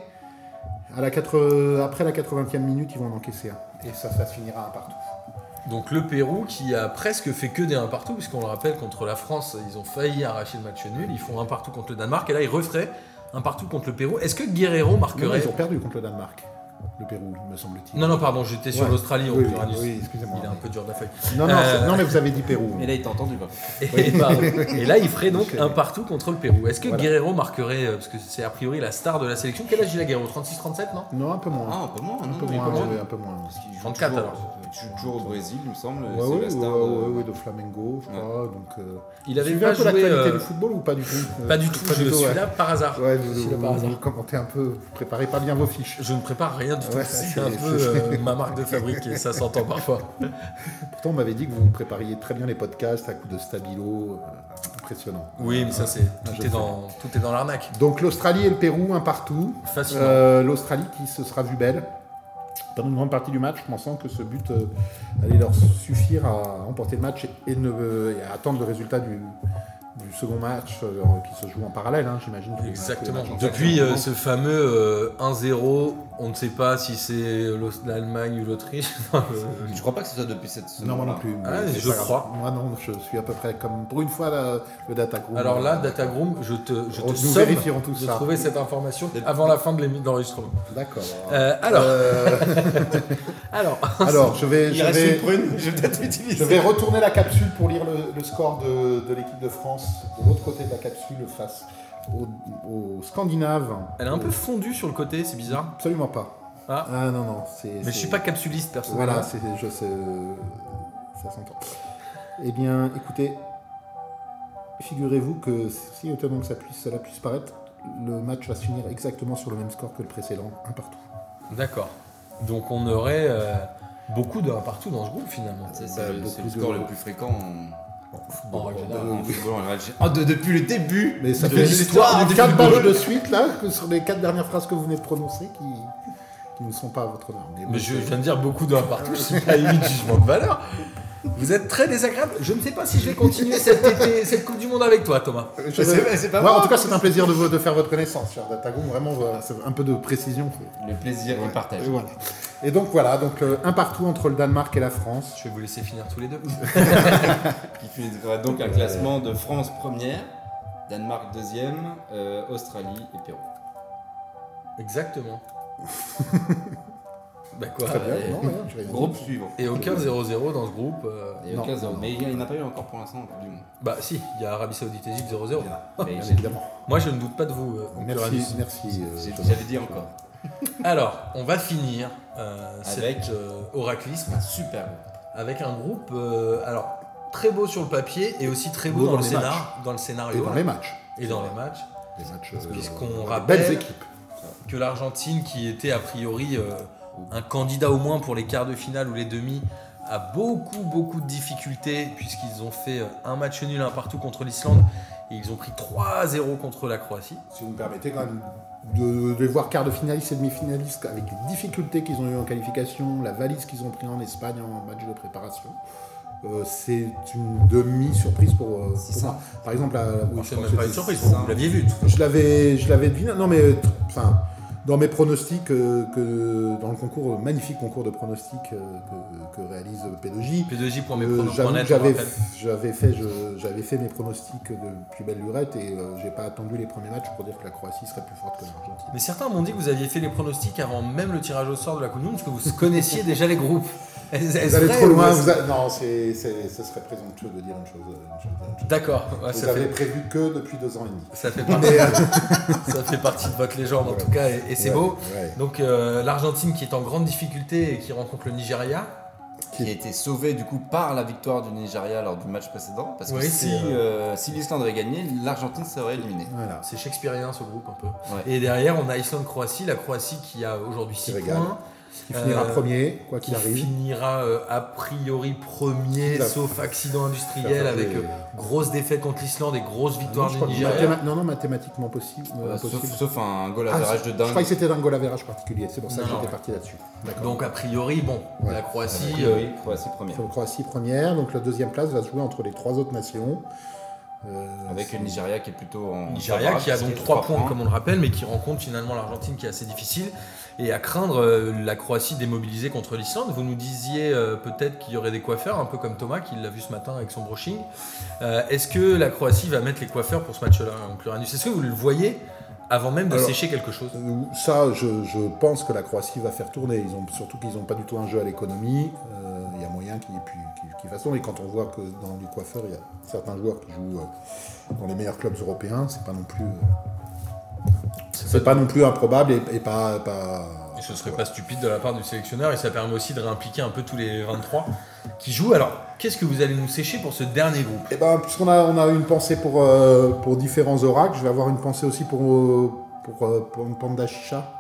Speaker 3: à la quatre, après la quatre-vingtième minute, ils vont en encaisser un. Et ça, ça se finira un partout.
Speaker 1: Donc le Pérou qui a presque fait que des un partout, puisqu'on le rappelle, contre la France, ils ont failli arracher le match nul. Ils font un partout contre le Danemark et là ils referaient un partout contre le Pérou. Est-ce que Guerrero
Speaker 3: Non,
Speaker 1: marquerait?
Speaker 3: ils ont perdu contre le Danemark. Le Pérou, me semble-t-il.
Speaker 1: Non, non, pardon, j'étais sur
Speaker 3: Ouais.
Speaker 1: l'Australie en
Speaker 3: Oui,
Speaker 1: Uranus.
Speaker 3: oui, oui, excusez-moi.
Speaker 1: Il est un peu dur de la feuille.
Speaker 3: Non, non,
Speaker 1: Euh,
Speaker 3: c'est- non, mais vous avez dit Pérou.
Speaker 4: Et là, il t'a entendu quoi.
Speaker 1: Et, pardon. Et là, il ferait donc
Speaker 3: Ok.
Speaker 1: un partout contre le Pérou. Est-ce que
Speaker 3: Voilà.
Speaker 1: Guerrero marquerait, euh, parce que c'est a priori la star de la sélection, quel âge il a Guerrero? trente-six trente-sept, non?
Speaker 3: Non, un peu moins.
Speaker 4: Ah, un peu moins,
Speaker 3: un
Speaker 4: non,
Speaker 3: peu
Speaker 4: mais
Speaker 3: moins,
Speaker 4: pas moins.
Speaker 3: oui, un peu moins.
Speaker 4: Parce qu'il joue
Speaker 1: trente-quatre,
Speaker 4: toujours-
Speaker 1: alors.
Speaker 4: Il joue toujours au Brésil, il me semble.
Speaker 3: Ouais,
Speaker 4: c'est
Speaker 3: ouais,
Speaker 4: la star
Speaker 3: ouais,
Speaker 4: de-
Speaker 3: ouais, ouais, de Flamengo, je crois. Donc, euh,
Speaker 1: Il avait
Speaker 3: suivez
Speaker 1: pas
Speaker 3: un peu
Speaker 1: joué.
Speaker 3: l'actualité
Speaker 1: euh,
Speaker 3: du football ou pas du tout Euh,
Speaker 1: Pas du tout, je
Speaker 3: tout,
Speaker 1: suis
Speaker 3: ouais.
Speaker 1: là par hasard.
Speaker 3: Ouais, vous,
Speaker 1: Je suis là
Speaker 3: vous-
Speaker 1: par
Speaker 3: vous
Speaker 1: hasard.
Speaker 3: commentez un peu, vous préparez pas bien vos fiches.
Speaker 1: Je ne prépare rien du tout.
Speaker 3: Ouais,
Speaker 1: c'est
Speaker 3: c'est-
Speaker 1: un peu
Speaker 3: c'est-
Speaker 1: euh, ma marque de fabrique et ça s'entend parfois.
Speaker 3: Pourtant, on m'avait dit que vous prépariez très bien les podcasts à coup de stabilo. euh, impressionnant.
Speaker 1: Oui, mais ça c'est
Speaker 3: Ah,
Speaker 1: tout
Speaker 3: je
Speaker 1: est
Speaker 3: sais.
Speaker 1: dans tout est dans l'arnaque.
Speaker 3: Donc l'Australie et le Pérou, un partout.
Speaker 1: Fascinant.
Speaker 3: Euh, L'Australie qui se sera vue belle pendant une grande partie du match, pensant que ce but euh, allait leur suffire à remporter le match et, ne- et à attendre le résultat du, du second match euh, qui se joue en parallèle, hein, j'imagine. tous les-
Speaker 1: Exactement.
Speaker 3: tous les matchs.
Speaker 1: Depuis euh, ce fameux euh, un zéro, on ne sait pas si c'est l'Aus- l'Allemagne ou l'Autriche.
Speaker 4: Je crois pas que ce soit depuis cette
Speaker 3: Non, moi non plus.
Speaker 1: Ah,
Speaker 3: mais c'est
Speaker 1: je
Speaker 3: pas grave.
Speaker 1: crois.
Speaker 3: Moi non, je suis à peu près comme pour une fois la- le Datagroup.
Speaker 1: Alors là, Datagroom, je te, je
Speaker 3: Nous
Speaker 1: te somme
Speaker 3: vérifierons tout
Speaker 1: de
Speaker 3: ça.
Speaker 1: trouver cette information avant la fin de l'émi- de l'enregistrement.
Speaker 3: D'accord.
Speaker 1: Euh, alors,
Speaker 3: Euh,
Speaker 1: alors,
Speaker 3: alors, je vais,
Speaker 4: Il
Speaker 3: je
Speaker 4: reste
Speaker 3: vais,
Speaker 4: une prune, je vais peut-être l'utiliser.
Speaker 3: je vais retourner la capsule pour lire le, le score de, de l'équipe de France de l'autre côté de la capsule face aux, aux Scandinaves.
Speaker 1: elle est un peu fondue sur le côté, c'est bizarre.
Speaker 3: Absolument pas.
Speaker 1: Ah.
Speaker 3: non, non. c'est-
Speaker 1: Mais
Speaker 3: c'est-
Speaker 1: je suis pas capsuliste personnellement.
Speaker 3: Voilà, c'est, je sais, ça s'entend. Eh bien, écoutez, figurez-vous que si étonnant que ça puisse, cela puisse paraître, le match va se finir exactement sur le même score que le précédent, un partout.
Speaker 1: D'accord. Donc on aurait euh, beaucoup de un partout dans ce groupe finalement.
Speaker 4: C'est
Speaker 3: Bah,
Speaker 4: c'est le,
Speaker 3: beaucoup
Speaker 4: c'est le score
Speaker 3: de-
Speaker 4: le plus fréquent en,
Speaker 1: En
Speaker 3: Bon,
Speaker 1: règle
Speaker 3: bah,
Speaker 1: générale.
Speaker 4: en football en général. Ah, de- depuis le début
Speaker 3: Mais ça
Speaker 4: de
Speaker 3: fait
Speaker 4: l'histoire du
Speaker 3: quatre
Speaker 4: football.
Speaker 3: matchs de suite là, que sur les quatre dernières phrases que vous venez de prononcer, qui, qui ne sont pas à votre honneur. Mais,
Speaker 1: Mais
Speaker 3: bon,
Speaker 1: je
Speaker 3: c'est-
Speaker 1: viens de dire beaucoup de un partout, je suis pas limite jugement de valeur. Vous êtes très désagréable. Je ne sais pas si je vais continuer cet été, cette Coupe du Monde avec toi, Thomas.
Speaker 3: Je
Speaker 4: C'est-
Speaker 3: vais-
Speaker 4: c'est pas
Speaker 3: Moi,
Speaker 4: moi.
Speaker 3: en tout cas, c'est un plaisir de, vous- de faire votre connaissance, cher Datagon. Vraiment, voilà, c'est un peu de précision.
Speaker 4: Le plaisir est partagé.
Speaker 3: Et, voilà. Et donc voilà, donc euh, un partout entre le Danemark et la France.
Speaker 1: Je vais vous laisser finir tous les deux.
Speaker 4: Qui fait donc un classement de France première, Danemark deuxième, euh, Australie et Pérou.
Speaker 1: Exactement. Bah quoi
Speaker 3: Très bien.
Speaker 1: et-
Speaker 3: Non, rien, je vais-
Speaker 4: Groupe suivant.
Speaker 1: Et aucun zéro zéro dans ce groupe. euh,
Speaker 4: Et
Speaker 3: Non.
Speaker 4: aucun zéro. Mais il n'y en a pas eu encore pour l'instant en Coupe du Monde.
Speaker 1: Bah si, il y a Arabie Saoudite-Égypte zéro zéro.
Speaker 4: Mais
Speaker 3: Bien
Speaker 4: j'ai-
Speaker 3: évidemment.
Speaker 1: Moi je ne doute pas de vous. euh,
Speaker 3: Merci,
Speaker 1: Uranus.
Speaker 3: merci. euh,
Speaker 4: j'ai-
Speaker 3: Thomas.
Speaker 4: J'avais dit encore.
Speaker 1: Alors, on va finir euh,
Speaker 4: Avec-
Speaker 1: cet euh, oraclisme
Speaker 4: Super.
Speaker 1: avec un groupe euh, alors très beau sur le papier et aussi très beau
Speaker 3: Beau
Speaker 1: dans,
Speaker 3: dans
Speaker 1: le
Speaker 3: les
Speaker 1: scénar, dans le
Speaker 3: Et
Speaker 1: scénario
Speaker 3: dans les matchs.
Speaker 1: et dans les matchs.
Speaker 3: Les matchs. euh,
Speaker 1: Puisqu'on
Speaker 3: euh,
Speaker 1: rappelle-
Speaker 3: Belles équipes.
Speaker 1: Que l'Argentine, qui était a priori euh, un candidat au moins pour les quarts de finale ou les demi, a beaucoup beaucoup de difficultés puisqu'ils ont fait euh, un match nul, un partout contre l'Islande et ils ont pris trois à zéro contre la Croatie.
Speaker 3: Si vous me permettez quand même de, de les voir quart de finalistes et demi-finalistes avec les difficultés qu'ils ont eues en qualification, la valise qu'ils ont pris en Espagne en match de préparation. Euh, c'est une demi-surprise pour, euh,
Speaker 4: C'est
Speaker 3: pour
Speaker 4: ça.
Speaker 3: moi. Par exemple, la, oui,
Speaker 1: Alors,
Speaker 3: je
Speaker 1: c'est
Speaker 3: pense
Speaker 1: même
Speaker 3: que
Speaker 1: pas une
Speaker 3: c'est-
Speaker 1: surprise,
Speaker 4: ça.
Speaker 1: vous l'aviez vu.
Speaker 3: Je l'avais, je l'avais deviné. Non, mais euh, tr- enfin, Dans mes pronostics, euh, que, dans le concours, le magnifique concours de pronostics euh, que, que réalise P deux J,
Speaker 1: P deux J pour mes
Speaker 3: euh,
Speaker 1: pronos.
Speaker 3: j'avoue
Speaker 1: point
Speaker 3: que
Speaker 1: net, on
Speaker 3: j'avais,
Speaker 1: rappelle.
Speaker 3: j'avais, fait, je- j'avais fait mes pronostics de plus belle lurette et euh, j'ai pas attendu les premiers matchs pour dire que la Croatie serait plus forte que l'Argentine.
Speaker 1: Mais certains m'ont dit que vous aviez fait les pronostics avant même le tirage au sort de la Coupe du Monde, parce que vous connaissiez déjà les groupes. Est-ce
Speaker 3: Vous allez
Speaker 1: vrai
Speaker 3: trop
Speaker 1: ou
Speaker 3: loin,
Speaker 1: est-ce-
Speaker 3: vous a- non, c'est, c'est, ce serait présomptueux de dire une chose. Une chose, une chose.
Speaker 1: D'accord, ouais,
Speaker 3: Vous
Speaker 1: ça,
Speaker 3: avez
Speaker 1: fait,
Speaker 3: prévu que depuis deux ans et demi.
Speaker 1: ça, fait partie,
Speaker 3: Mais, euh,
Speaker 1: ça fait partie de votre légende en tout cas, et, et c'est
Speaker 3: ouais,
Speaker 1: beau.
Speaker 3: ouais.
Speaker 1: Donc euh, l'Argentine qui est en grande difficulté et qui rencontre le Nigeria.
Speaker 4: Qui a été sauvé du coup par la victoire du Nigeria lors du match précédent. Parce que
Speaker 1: Oui,
Speaker 4: si,
Speaker 1: c'est,
Speaker 4: euh, si l'Islande avait gagné, l'Argentine serait éliminée.
Speaker 3: Voilà.
Speaker 1: C'est shakespearien ce groupe un peu.
Speaker 4: Ouais.
Speaker 1: Et derrière on a Islande-Croatie, la Croatie qui a aujourd'hui six
Speaker 3: régale.
Speaker 1: points.
Speaker 3: Qui finira
Speaker 1: Euh,
Speaker 3: premier, quoi
Speaker 1: Qui
Speaker 3: qu'il arrive.
Speaker 1: finira euh, a priori premier,
Speaker 3: Tout à fait.
Speaker 1: sauf accident industriel,
Speaker 3: Ça,
Speaker 1: avec
Speaker 3: c'est-
Speaker 1: euh, grosse défaite contre l'Islande et grosse
Speaker 3: Non,
Speaker 1: victoire
Speaker 3: je
Speaker 1: du
Speaker 3: crois que
Speaker 1: Nigeria.
Speaker 3: mathéma- non, non, mathématiquement possible. euh,
Speaker 4: Euh, sauf,
Speaker 3: impossible.
Speaker 4: sauf un goal à
Speaker 3: Ah,
Speaker 4: verrage de
Speaker 3: je
Speaker 4: dingue.
Speaker 3: crois que c'était d'un goal à verrage particulier, c'est pour ça
Speaker 1: Non,
Speaker 3: que
Speaker 1: non,
Speaker 3: j'étais
Speaker 1: ouais.
Speaker 3: parti là-dessus. D'accord.
Speaker 1: Donc a priori, bon,
Speaker 3: Ouais.
Speaker 1: la Croatie,
Speaker 4: A
Speaker 1: euh,
Speaker 4: priori, Croatie première.
Speaker 3: Sur le Croatie première, donc la deuxième place va se jouer entre les trois autres nations. Euh,
Speaker 4: Avec
Speaker 3: c'est-
Speaker 4: le Nigeria qui est plutôt en.
Speaker 1: Nigeria
Speaker 4: favorable,
Speaker 1: qui a
Speaker 4: parce
Speaker 1: donc
Speaker 4: qu'il
Speaker 1: trois points comme on le rappelle, mais qui rencontre finalement l'Argentine qui est assez difficile. Et à craindre euh, la Croatie démobilisée contre l'Islande. Vous nous disiez euh, peut-être qu'il y aurait des coiffeurs, un peu comme Thomas qui l'a vu ce matin avec son brushing. Euh, Est-ce que la Croatie va mettre les coiffeurs pour ce match-là en Uranus? Est-ce que vous le voyez avant même de
Speaker 3: Alors,
Speaker 1: sécher quelque chose?
Speaker 3: Euh, Ça, je, je pense que la Croatie va faire tourner. Ils ont, surtout qu'ils n'ont pas du tout un jeu à l'économie. Euh, Il y a moyen qu'ils qu'ils- qu'ils fassent tourner. Et quand on voit que dans les coiffeurs, il y a certains joueurs qui jouent euh, dans les meilleurs clubs européens, c'est pas non plus, euh, c'est pas non plus improbable et, et pas, pas.
Speaker 1: Et ce serait pas stupide de la part du sélectionneur, et ça permet aussi de réimpliquer un peu tous les vingt-trois qui jouent. Alors, qu'est-ce que vous allez nous sécher pour ce dernier groupe?
Speaker 3: Eh ben, puisqu'on a, on a une pensée pour, euh, pour différents oracles, je vais avoir une pensée aussi pour, euh, pour, euh, pour Panda Chicha,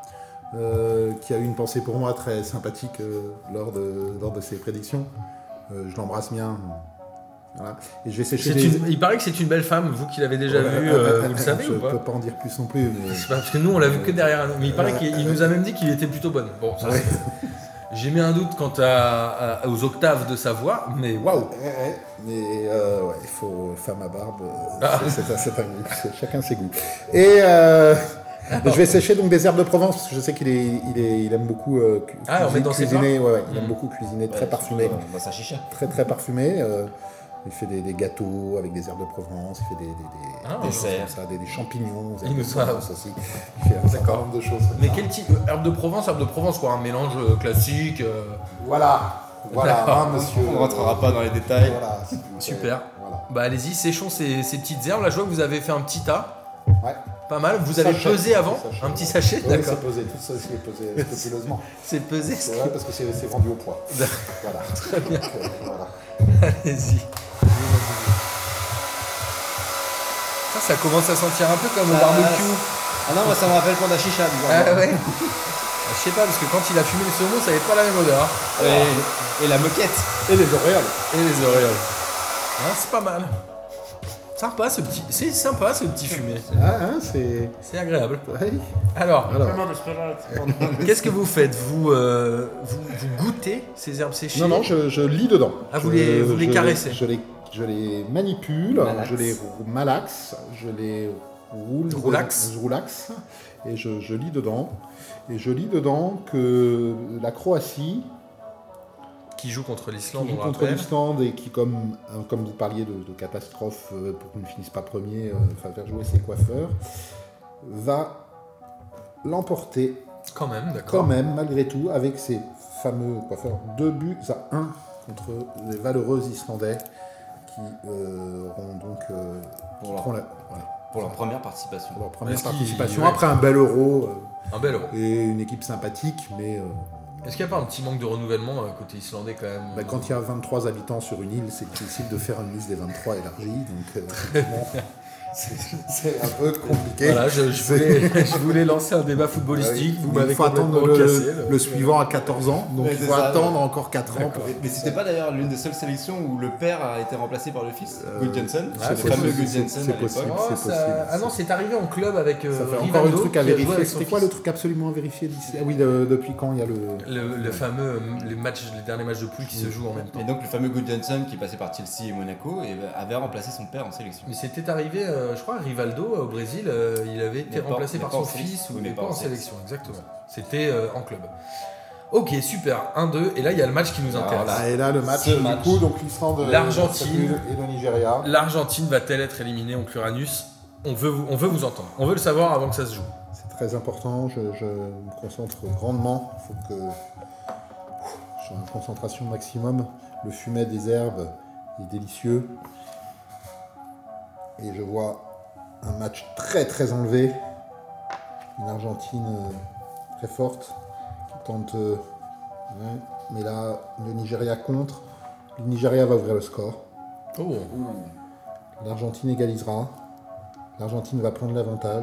Speaker 3: euh, qui a eu une pensée pour moi très sympathique euh, lors, de, lors de ses prédictions. Euh, je l'embrasse bien. Voilà. Et je vais sécher
Speaker 1: C'est
Speaker 3: les...
Speaker 1: une- Il paraît que c'est une belle femme, vous qui l'avez déjà
Speaker 3: Ouais,
Speaker 1: vue,
Speaker 3: euh,
Speaker 1: euh,
Speaker 3: euh,
Speaker 1: vous le savez
Speaker 3: je
Speaker 1: ou pas?
Speaker 3: peux pas en dire plus non plus. Mais...
Speaker 1: C'est pas parce que nous on l'a vu que derrière un- mais il paraît qu'il il nous a même dit qu'il était plutôt bonne. Bon, ça,
Speaker 3: Ouais.
Speaker 1: j'ai mis un doute quant à, à- aux octaves de sa voix, mais waouh!
Speaker 3: Ouais, ouais. Mais euh, ouais, il faut femme à barbe. euh,
Speaker 1: Ah.
Speaker 3: c'est, c'est un, c'est un goût, c'est- chacun ses goûts. Et euh, je vais sécher donc des herbes de Provence. Parce que je sais qu'il est, il est, il aime beaucoup euh, cu-
Speaker 1: Ah, on met dans ses
Speaker 3: cuisiner. Ouais, ouais, il aime
Speaker 1: Mm.
Speaker 3: beaucoup cuisiner, très
Speaker 4: Ouais,
Speaker 3: parfumé,
Speaker 4: surtout, euh, Dans sa chicha.
Speaker 3: très très parfumé. euh, il fait des, des gâteaux avec des herbes de Provence. Il fait des, des, des,
Speaker 1: Ah,
Speaker 3: des
Speaker 4: des
Speaker 3: choses
Speaker 4: cerfs.
Speaker 3: comme ça, des, des champignons. des
Speaker 1: Il
Speaker 3: herbes de
Speaker 1: nous a-
Speaker 3: Provence aussi. Il fait un certain
Speaker 1: D'accord.
Speaker 3: nombre de choses. comme
Speaker 1: Mais
Speaker 3: ça.
Speaker 1: quel type? euh, Herbe de Provence, herbe de Provence, quoi, un mélange euh, classique. euh,
Speaker 3: Voilà, voilà,
Speaker 1: D'accord.
Speaker 3: hein, monsieur.
Speaker 4: On ne rentrera pas dans les détails.
Speaker 3: Voilà, s'il vous plaît.
Speaker 1: Super.
Speaker 3: Voilà.
Speaker 1: Bah allez-y, séchons ces, ces petites herbes. Là, je vois que vous avez fait un petit tas.
Speaker 3: Ouais.
Speaker 1: Pas mal. Vous avez
Speaker 3: Sachet.
Speaker 1: pesé avant?
Speaker 3: Sachet.
Speaker 1: Un petit sachet?
Speaker 3: Oui,
Speaker 1: D'accord.
Speaker 3: c'est pesé, tout ça c'est pesé scrupuleusement.
Speaker 1: C'est pesé.
Speaker 3: C'est vrai parce que c'est c'est vendu au poids. Voilà. Très bien. voilà.
Speaker 1: Allez-y. Ça, ça commence à sentir un peu comme au
Speaker 4: Ah,
Speaker 1: barbecue.
Speaker 4: Ah non, moi ça me rappelle Panda Chicha.
Speaker 1: Ah ouais. Ah, Je sais pas, parce que quand il a fumé le saumon, ça n'avait pas la même odeur.
Speaker 4: Et, et la moquette.
Speaker 3: Et les auréoles.
Speaker 1: Et les auréoles. Ah, c'est pas mal. Sympa ce petit. C'est sympa ce petit fumé.
Speaker 3: Ah, hein, c'est.
Speaker 1: C'est agréable.
Speaker 3: Ouais.
Speaker 1: Alors,
Speaker 3: Alors.
Speaker 1: qu'est-ce que vous faites vous, euh, vous, vous goûtez ces herbes séchées?
Speaker 3: Non, non, je, je lis dedans.
Speaker 1: Ah, vous
Speaker 3: Je-
Speaker 1: les- vous les
Speaker 3: je
Speaker 1: caressez.
Speaker 3: Je les, je les manipule,
Speaker 4: Malaxe.
Speaker 3: je les rou- malaxe, je les roule.
Speaker 1: Roulaxe.
Speaker 3: Je roulaxe. Et je, je lis dedans. Et je lis dedans que la Croatie,
Speaker 1: Qui joue contre l'Islande,
Speaker 3: qui joue
Speaker 1: on
Speaker 3: contre
Speaker 1: rappelle.
Speaker 3: l'Islande et qui, comme, euh, comme vous parliez de, de catastrophe euh, pour qu'ils ne finissent pas premier, euh, enfin, faire jouer ses coiffeurs, va l'emporter
Speaker 1: Quand même,
Speaker 3: quand
Speaker 1: d'accord.
Speaker 3: même, malgré tout, avec ses fameux coiffeurs. Deux buts à un contre les valeureux Islandais qui euh, auront donc euh,
Speaker 4: Pour leur,
Speaker 3: auront la- voilà,
Speaker 4: pour leur première participation.
Speaker 3: pour leur première
Speaker 1: Est-ce qu'ils-
Speaker 3: participation.
Speaker 1: ouais.
Speaker 3: Après un bel euro
Speaker 1: Un bel euro.
Speaker 3: euh, et une équipe sympathique, mais euh,
Speaker 1: Est-ce qu'il n'y a pas un petit manque de renouvellement euh, côté islandais quand même?
Speaker 3: bah, quand il y a vingt-trois habitants sur une île, c'est difficile de faire une liste des vingt-trois élargie. Donc, euh, effectivement, c'est c'est un peu compliqué.
Speaker 1: Voilà, je, je voulais, je voulais lancer un débat footballistique.
Speaker 3: Euh,
Speaker 1: Vous
Speaker 3: mais
Speaker 1: m'avez
Speaker 3: il faut attendre
Speaker 1: complètement
Speaker 3: le,
Speaker 1: cassé.
Speaker 3: le
Speaker 1: là.
Speaker 3: suivant à quatorze ans, donc
Speaker 4: Ouais,
Speaker 3: il
Speaker 4: c'est
Speaker 3: faut
Speaker 4: ça,
Speaker 3: attendre encore quatre ans. Pour...
Speaker 4: Mais, mais c'était pas d'ailleurs l'une des seules sélections où le père a été remplacé par le fils,
Speaker 3: Euh,
Speaker 4: Gudjonsson,
Speaker 1: ah,
Speaker 4: le
Speaker 1: c'est
Speaker 4: fameux
Speaker 3: possible,
Speaker 4: Gudjonsson
Speaker 3: c'est
Speaker 4: à l'époque.
Speaker 3: possible.
Speaker 1: Oh,
Speaker 3: c'est
Speaker 1: ça-
Speaker 3: possible.
Speaker 1: Ah non, c'est arrivé en club avec euh,
Speaker 3: Ça fait encore
Speaker 1: Rivaldo,
Speaker 3: un truc à
Speaker 1: qui a joué
Speaker 3: vérifier.
Speaker 1: avec son
Speaker 3: C'était quoi
Speaker 1: fils.
Speaker 3: le truc absolument à vérifier d'ici? Ah oui, le- depuis quand il y a le.
Speaker 1: Le, le fameux, euh, les matchs, les derniers matchs de poule qui se jouent en même temps.
Speaker 4: Et donc le fameux Gudjonsson qui passait par Chelsea et Monaco et avait remplacé son père en sélection.
Speaker 1: Mais c'était arrivé euh, euh, je crois, Rivaldo au Brésil, euh, il avait été
Speaker 4: Mais pas-
Speaker 1: remplacé
Speaker 4: mais
Speaker 1: par
Speaker 4: pas
Speaker 1: son
Speaker 4: en sélection.
Speaker 1: fils ou
Speaker 4: Oui,
Speaker 1: mais
Speaker 4: mais
Speaker 1: pas
Speaker 4: pas
Speaker 1: en
Speaker 4: en
Speaker 1: sélection, exactement. C'était euh, en club. Ok, super, un deux, et là il y a le match qui nous
Speaker 4: Alors
Speaker 1: intéresse.
Speaker 4: là,
Speaker 3: Ah, et là, le match,
Speaker 4: Ce
Speaker 3: du
Speaker 4: match.
Speaker 3: coup, donc l'Islande, euh,
Speaker 1: L'Argentine.
Speaker 3: et le Nigeria.
Speaker 1: L'Argentine va-t-elle être éliminée en Uranus? On veut, vous, on veut vous entendre, on veut le savoir avant que ça se joue.
Speaker 3: C'est très important, je, je me concentre grandement. Il faut que je sois en concentration maximum. Le fumet des herbes est délicieux. Et je vois un match très très enlevé. Une Argentine euh, très forte qui tente. euh, ouais, mais là, le Nigeria contre. Le Nigeria va ouvrir le score.
Speaker 1: Oh,
Speaker 3: L'Argentine égalisera. L'Argentine va prendre l'avantage.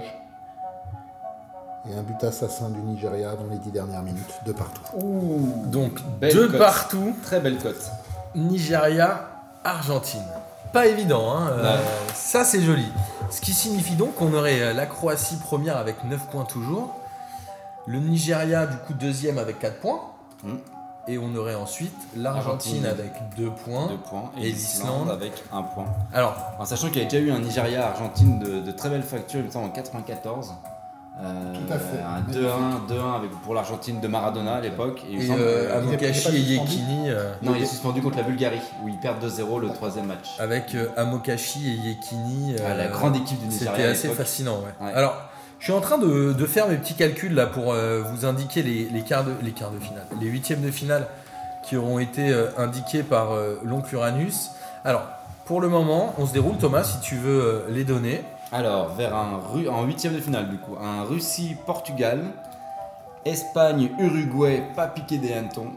Speaker 3: Et un but assassin du Nigeria dans les dix dernières minutes, de partout.
Speaker 1: donc
Speaker 4: Belle
Speaker 1: deux
Speaker 4: cote.
Speaker 1: partout,
Speaker 4: Très belle cote.
Speaker 1: Nigeria, Argentine. Pas évident, hein. euh,
Speaker 4: Ouais.
Speaker 1: ça c'est joli. Ce qui signifie donc qu'on aurait euh, la Croatie première avec neuf points toujours, le Nigeria du coup deuxième avec quatre points,
Speaker 4: Mm.
Speaker 1: et on aurait ensuite l'Argentine
Speaker 4: Argentine.
Speaker 1: avec deux points.
Speaker 4: Deux points.
Speaker 1: Et
Speaker 4: Et
Speaker 1: l'Islande.
Speaker 4: l'Islande avec un point.
Speaker 1: Alors,
Speaker 4: En sachant qu'il y a déjà eu un Nigeria-Argentine de, de très belle facture, il me semble en quatre-vingt-quatorze. Euh,
Speaker 3: Tout à fait.
Speaker 4: Un deux un, deux un avec, pour l'Argentine de Maradona à l'époque. Et il me
Speaker 1: et
Speaker 4: semble
Speaker 1: euh,
Speaker 4: que-
Speaker 3: il est- il est
Speaker 1: Amokachi
Speaker 3: pas
Speaker 1: et
Speaker 3: suspendu
Speaker 1: Yekini, euh,
Speaker 4: Non, il est suspendu contre la Bulgarie, où ils perdent deux zéro le troisième match.
Speaker 1: avec euh, Amokachi et Yekini.
Speaker 4: Ah, la
Speaker 1: euh,
Speaker 4: grande équipe du Nigeria.
Speaker 1: C'était
Speaker 4: à
Speaker 1: assez
Speaker 4: l'époque.
Speaker 1: fascinant, ouais.
Speaker 4: Ouais.
Speaker 1: Alors, je suis en train de, de faire mes petits calculs là pour euh, vous indiquer les, les quarts de, les quarts de finale, les huitièmes de finale qui auront été euh, indiqués par euh, l'oncle Uranus. Alors, pour le moment, on se déroule, Thomas, si tu veux euh, les donner.
Speaker 4: Alors, vers un Ru- en huitième de finale, du coup, un Russie-Portugal, Espagne-Uruguay, pas piqué des hannetons,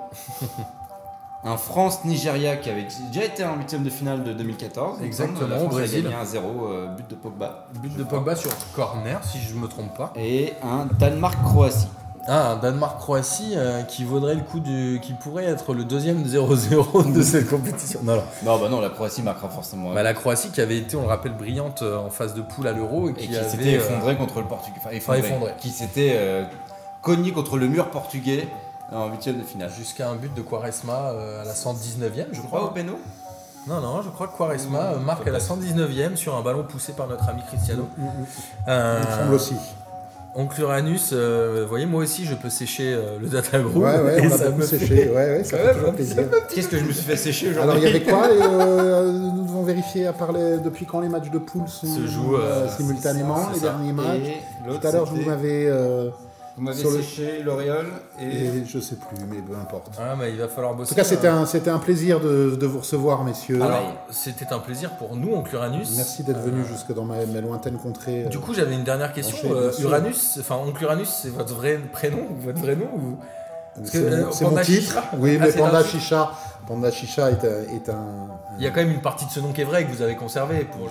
Speaker 4: un France-Nigeria qui avait déjà été en huitième de finale de deux mille quatorze. il me semble.
Speaker 1: Exactement,
Speaker 4: La
Speaker 1: au
Speaker 4: France a
Speaker 1: Brésil.
Speaker 4: gagné un zéro, euh, but de Pogba.
Speaker 1: But
Speaker 4: je
Speaker 1: de
Speaker 4: crois.
Speaker 1: Pogba sur corner, si je ne me trompe pas.
Speaker 4: Et un Danemark-Croatie.
Speaker 1: Ah, un Danemark-Croatie euh, qui vaudrait le coup du. Qui pourrait être le deuxième zéro zéro de cette compétition. Non, non.
Speaker 4: Non, bah non, la Croatie marquera forcément.
Speaker 1: Bah, la Croatie qui avait été, on le rappelle, brillante euh, en phase de poule à l'Euro et qui,
Speaker 4: et qui
Speaker 1: avait,
Speaker 4: s'était
Speaker 1: euh,
Speaker 4: effondré contre le Portugal. Enfin, effondré.
Speaker 1: effondré.
Speaker 4: Qui s'était euh, cogné contre le mur portugais en huitième de finale.
Speaker 1: jusqu'à un but de Quaresma euh, à la cent dix-neuvième, je
Speaker 4: Pas au
Speaker 1: crois.
Speaker 4: péno.
Speaker 1: Non, non, je crois que Quaresma euh, marque à la cent dix-neuvième sur un ballon poussé par notre ami Cristiano.
Speaker 3: Il
Speaker 1: Euh,
Speaker 3: me semble aussi.
Speaker 1: Oncle Uranus, euh, vous voyez, moi aussi, je peux sécher euh, le data group.
Speaker 3: Ouais, ouais,
Speaker 1: et
Speaker 3: on a
Speaker 1: ça
Speaker 3: beaucoup
Speaker 1: me
Speaker 3: séché.
Speaker 1: fait-
Speaker 3: Ouais, ouais, ça
Speaker 1: Ouais,
Speaker 3: fait toujours
Speaker 1: ça-
Speaker 3: plaisir.
Speaker 4: Qu'est-ce que je me suis fait sécher aujourd'hui?
Speaker 3: Alors, il y avait quoi et, euh, Nous devons vérifier à parler depuis quand les matchs de poule sont,
Speaker 1: Se jouent,
Speaker 3: euh,
Speaker 1: euh,
Speaker 3: simultanément,
Speaker 4: c'est
Speaker 3: les
Speaker 4: ça.
Speaker 3: derniers matchs.
Speaker 4: Et l'autre,
Speaker 3: Tout à l'heure, je
Speaker 4: c'était-
Speaker 3: vous m'avez. euh,
Speaker 4: Vous m'avez
Speaker 3: sur le-
Speaker 4: séché l'auréole et...
Speaker 3: et je sais plus, mais peu importe.
Speaker 1: Ah, mais il va falloir
Speaker 3: En
Speaker 1: bosser.
Speaker 3: tout cas, c'était
Speaker 1: hein.
Speaker 3: un, c'était un plaisir de, de vous recevoir, messieurs.
Speaker 1: Alors, c'était un plaisir pour nous, Oncle Uranus.
Speaker 3: Merci d'être venu
Speaker 1: Euh,
Speaker 3: jusque dans ma, mes lointaines contrées.
Speaker 1: Du
Speaker 3: euh,
Speaker 1: coup, j'avais une dernière question.
Speaker 3: Enchaîne,
Speaker 1: Euh,
Speaker 3: bien sûr.
Speaker 1: Uranus, enfin, Oncle Uranus, c'est votre vrai prénom ou votre vrai nom ou... parce que,
Speaker 3: c'est
Speaker 1: euh,
Speaker 3: mon- c'est mon
Speaker 1: Panda
Speaker 3: titre.
Speaker 1: Chicha.
Speaker 3: Oui,
Speaker 1: Ah,
Speaker 3: mais
Speaker 1: c'est
Speaker 3: Panda
Speaker 1: un-
Speaker 3: Chicha, Panda Chicha est un. Est un
Speaker 1: Il y a quand même une partie de ce nom qui est vrai que vous avez conservé pour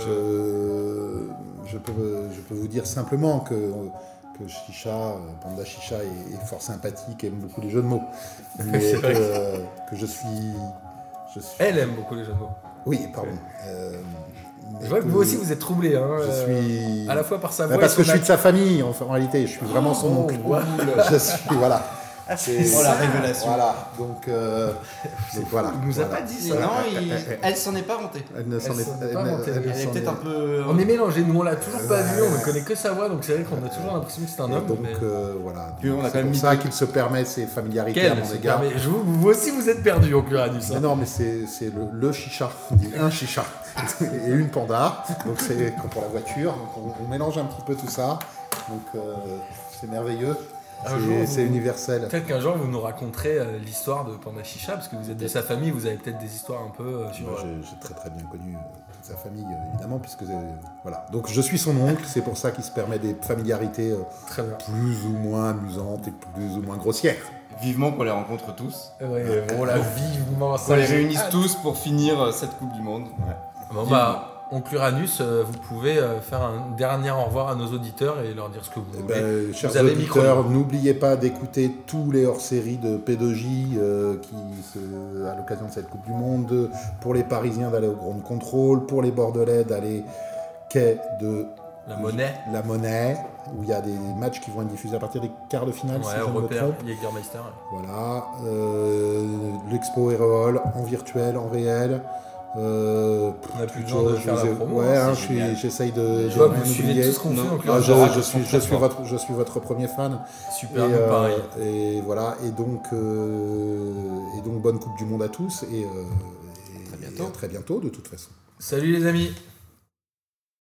Speaker 1: le.
Speaker 3: je, je, peux, je peux vous dire simplement que, que Chicha, euh, Panda Chicha est, est fort sympathique et aime beaucoup les jeux de mots. Mais
Speaker 1: C'est vrai
Speaker 3: que, que je suis. Je suis...
Speaker 1: Elle aime beaucoup les jeux de mots.
Speaker 3: Oui, pardon. Euh, mais
Speaker 1: Je vois que vous aussi vous êtes troublé. Hein,
Speaker 3: Je
Speaker 1: euh,
Speaker 3: suis.
Speaker 1: À la fois par sa
Speaker 3: Bah,
Speaker 1: voix
Speaker 3: parce
Speaker 1: et
Speaker 3: que
Speaker 1: son
Speaker 3: je suis de sa famille, en, en réalité. Je suis vraiment son
Speaker 1: Oh,
Speaker 3: oncle.
Speaker 1: wow.
Speaker 3: Je suis. Voilà. C'est-
Speaker 4: Oh, la révélation.
Speaker 3: Voilà. Donc, euh, donc voilà.
Speaker 1: Il nous a
Speaker 3: Voilà.
Speaker 1: pas dit ça.
Speaker 4: Non, il- elle s'en est pas vantée.
Speaker 3: Elle ne s'en
Speaker 1: Elle
Speaker 3: est,
Speaker 1: s'en est
Speaker 3: elle
Speaker 1: pas
Speaker 3: ne-
Speaker 1: montée.
Speaker 3: elle ne
Speaker 4: Elle est
Speaker 3: s'en
Speaker 4: peut-être
Speaker 3: est-
Speaker 4: un peu...
Speaker 1: On est mélangé, nous on l'a toujours pas vu, on ne
Speaker 3: Ouais.
Speaker 1: connaît que sa voix, donc c'est vrai qu'on a toujours l'impression que c'est un
Speaker 3: Et
Speaker 1: homme.
Speaker 3: donc
Speaker 1: mais...
Speaker 3: euh, voilà.
Speaker 4: Puis on a
Speaker 3: C'est
Speaker 4: quand même
Speaker 3: pour
Speaker 4: mis
Speaker 3: ça
Speaker 4: deux-
Speaker 3: qu'il se permet ces familiarités
Speaker 1: Quel
Speaker 3: à mon
Speaker 1: se
Speaker 3: égard.
Speaker 1: permet- je vous, vous aussi vous êtes perdu, Oncle Uranus.
Speaker 3: Mais
Speaker 1: hein.
Speaker 3: non, mais c'est c'est le, le chicha. On dit un chicha et une panda. Donc c'est comme pour la voiture. Donc on, on mélange un petit peu tout ça. Donc euh, c'est merveilleux.
Speaker 1: Un
Speaker 3: C'est-
Speaker 1: jour,
Speaker 3: C'est
Speaker 1: vous-
Speaker 3: universel.
Speaker 1: Peut-être qu'un jour vous nous raconterez euh, l'histoire de Panda Chicha, parce que vous êtes de sa famille, vous avez peut-être des histoires un peu euh, sur.
Speaker 3: Moi, J'ai j'ai très très bien connu euh, toute sa famille, euh, évidemment, puisque euh, voilà. Donc je suis son oncle. C'est pour ça qu'il se permet des familiarités euh,
Speaker 1: Très bien.
Speaker 3: plus ou moins amusantes et plus ou moins grossières.
Speaker 4: Vivement qu'on les rencontre tous.
Speaker 1: Ouais, on l'a vivement
Speaker 4: Qu'on les réunisse tous pour finir euh, cette Coupe du Monde.
Speaker 1: Bon bah, Oncle Uranus, euh, vous pouvez euh, faire un dernier au revoir à nos auditeurs et leur dire ce que vous
Speaker 3: Eh
Speaker 1: voulez.
Speaker 3: ben, chers
Speaker 1: avez micro
Speaker 3: auditeurs,
Speaker 1: libre.
Speaker 3: n'oubliez pas d'écouter tous les hors-séries de P deux J euh, qui, se- à l'occasion de cette Coupe du Monde. Pour les Parisiens, d'aller au Ground Control. Pour les Bordelais, d'aller quai de
Speaker 1: La monnaie,
Speaker 3: la Monnaie, où il y a des matchs qui vont être diffusés à partir des quarts de finale, si
Speaker 1: ouais,
Speaker 3: je ne me
Speaker 1: repère,
Speaker 3: trompe.
Speaker 1: Jägermeister.
Speaker 3: Voilà. Euh, L'Expo Héroïle en virtuel, en réel. Euh,
Speaker 1: on n'a plus besoin de faire la promo.
Speaker 3: Ouais, hein, je suis, j'essaye de.
Speaker 1: Je vois que vous suivez tout ce qu'on fait. Donc
Speaker 3: ah, je, je, suis, je, suis votre, je suis votre premier fan.
Speaker 1: Super,
Speaker 3: et,
Speaker 1: nous
Speaker 3: euh,
Speaker 1: pareil.
Speaker 3: Et voilà, et donc, euh, et donc bonne Coupe du Monde à tous et, euh, et,
Speaker 2: très bientôt.
Speaker 3: et à très bientôt de toute façon.
Speaker 1: Salut les amis.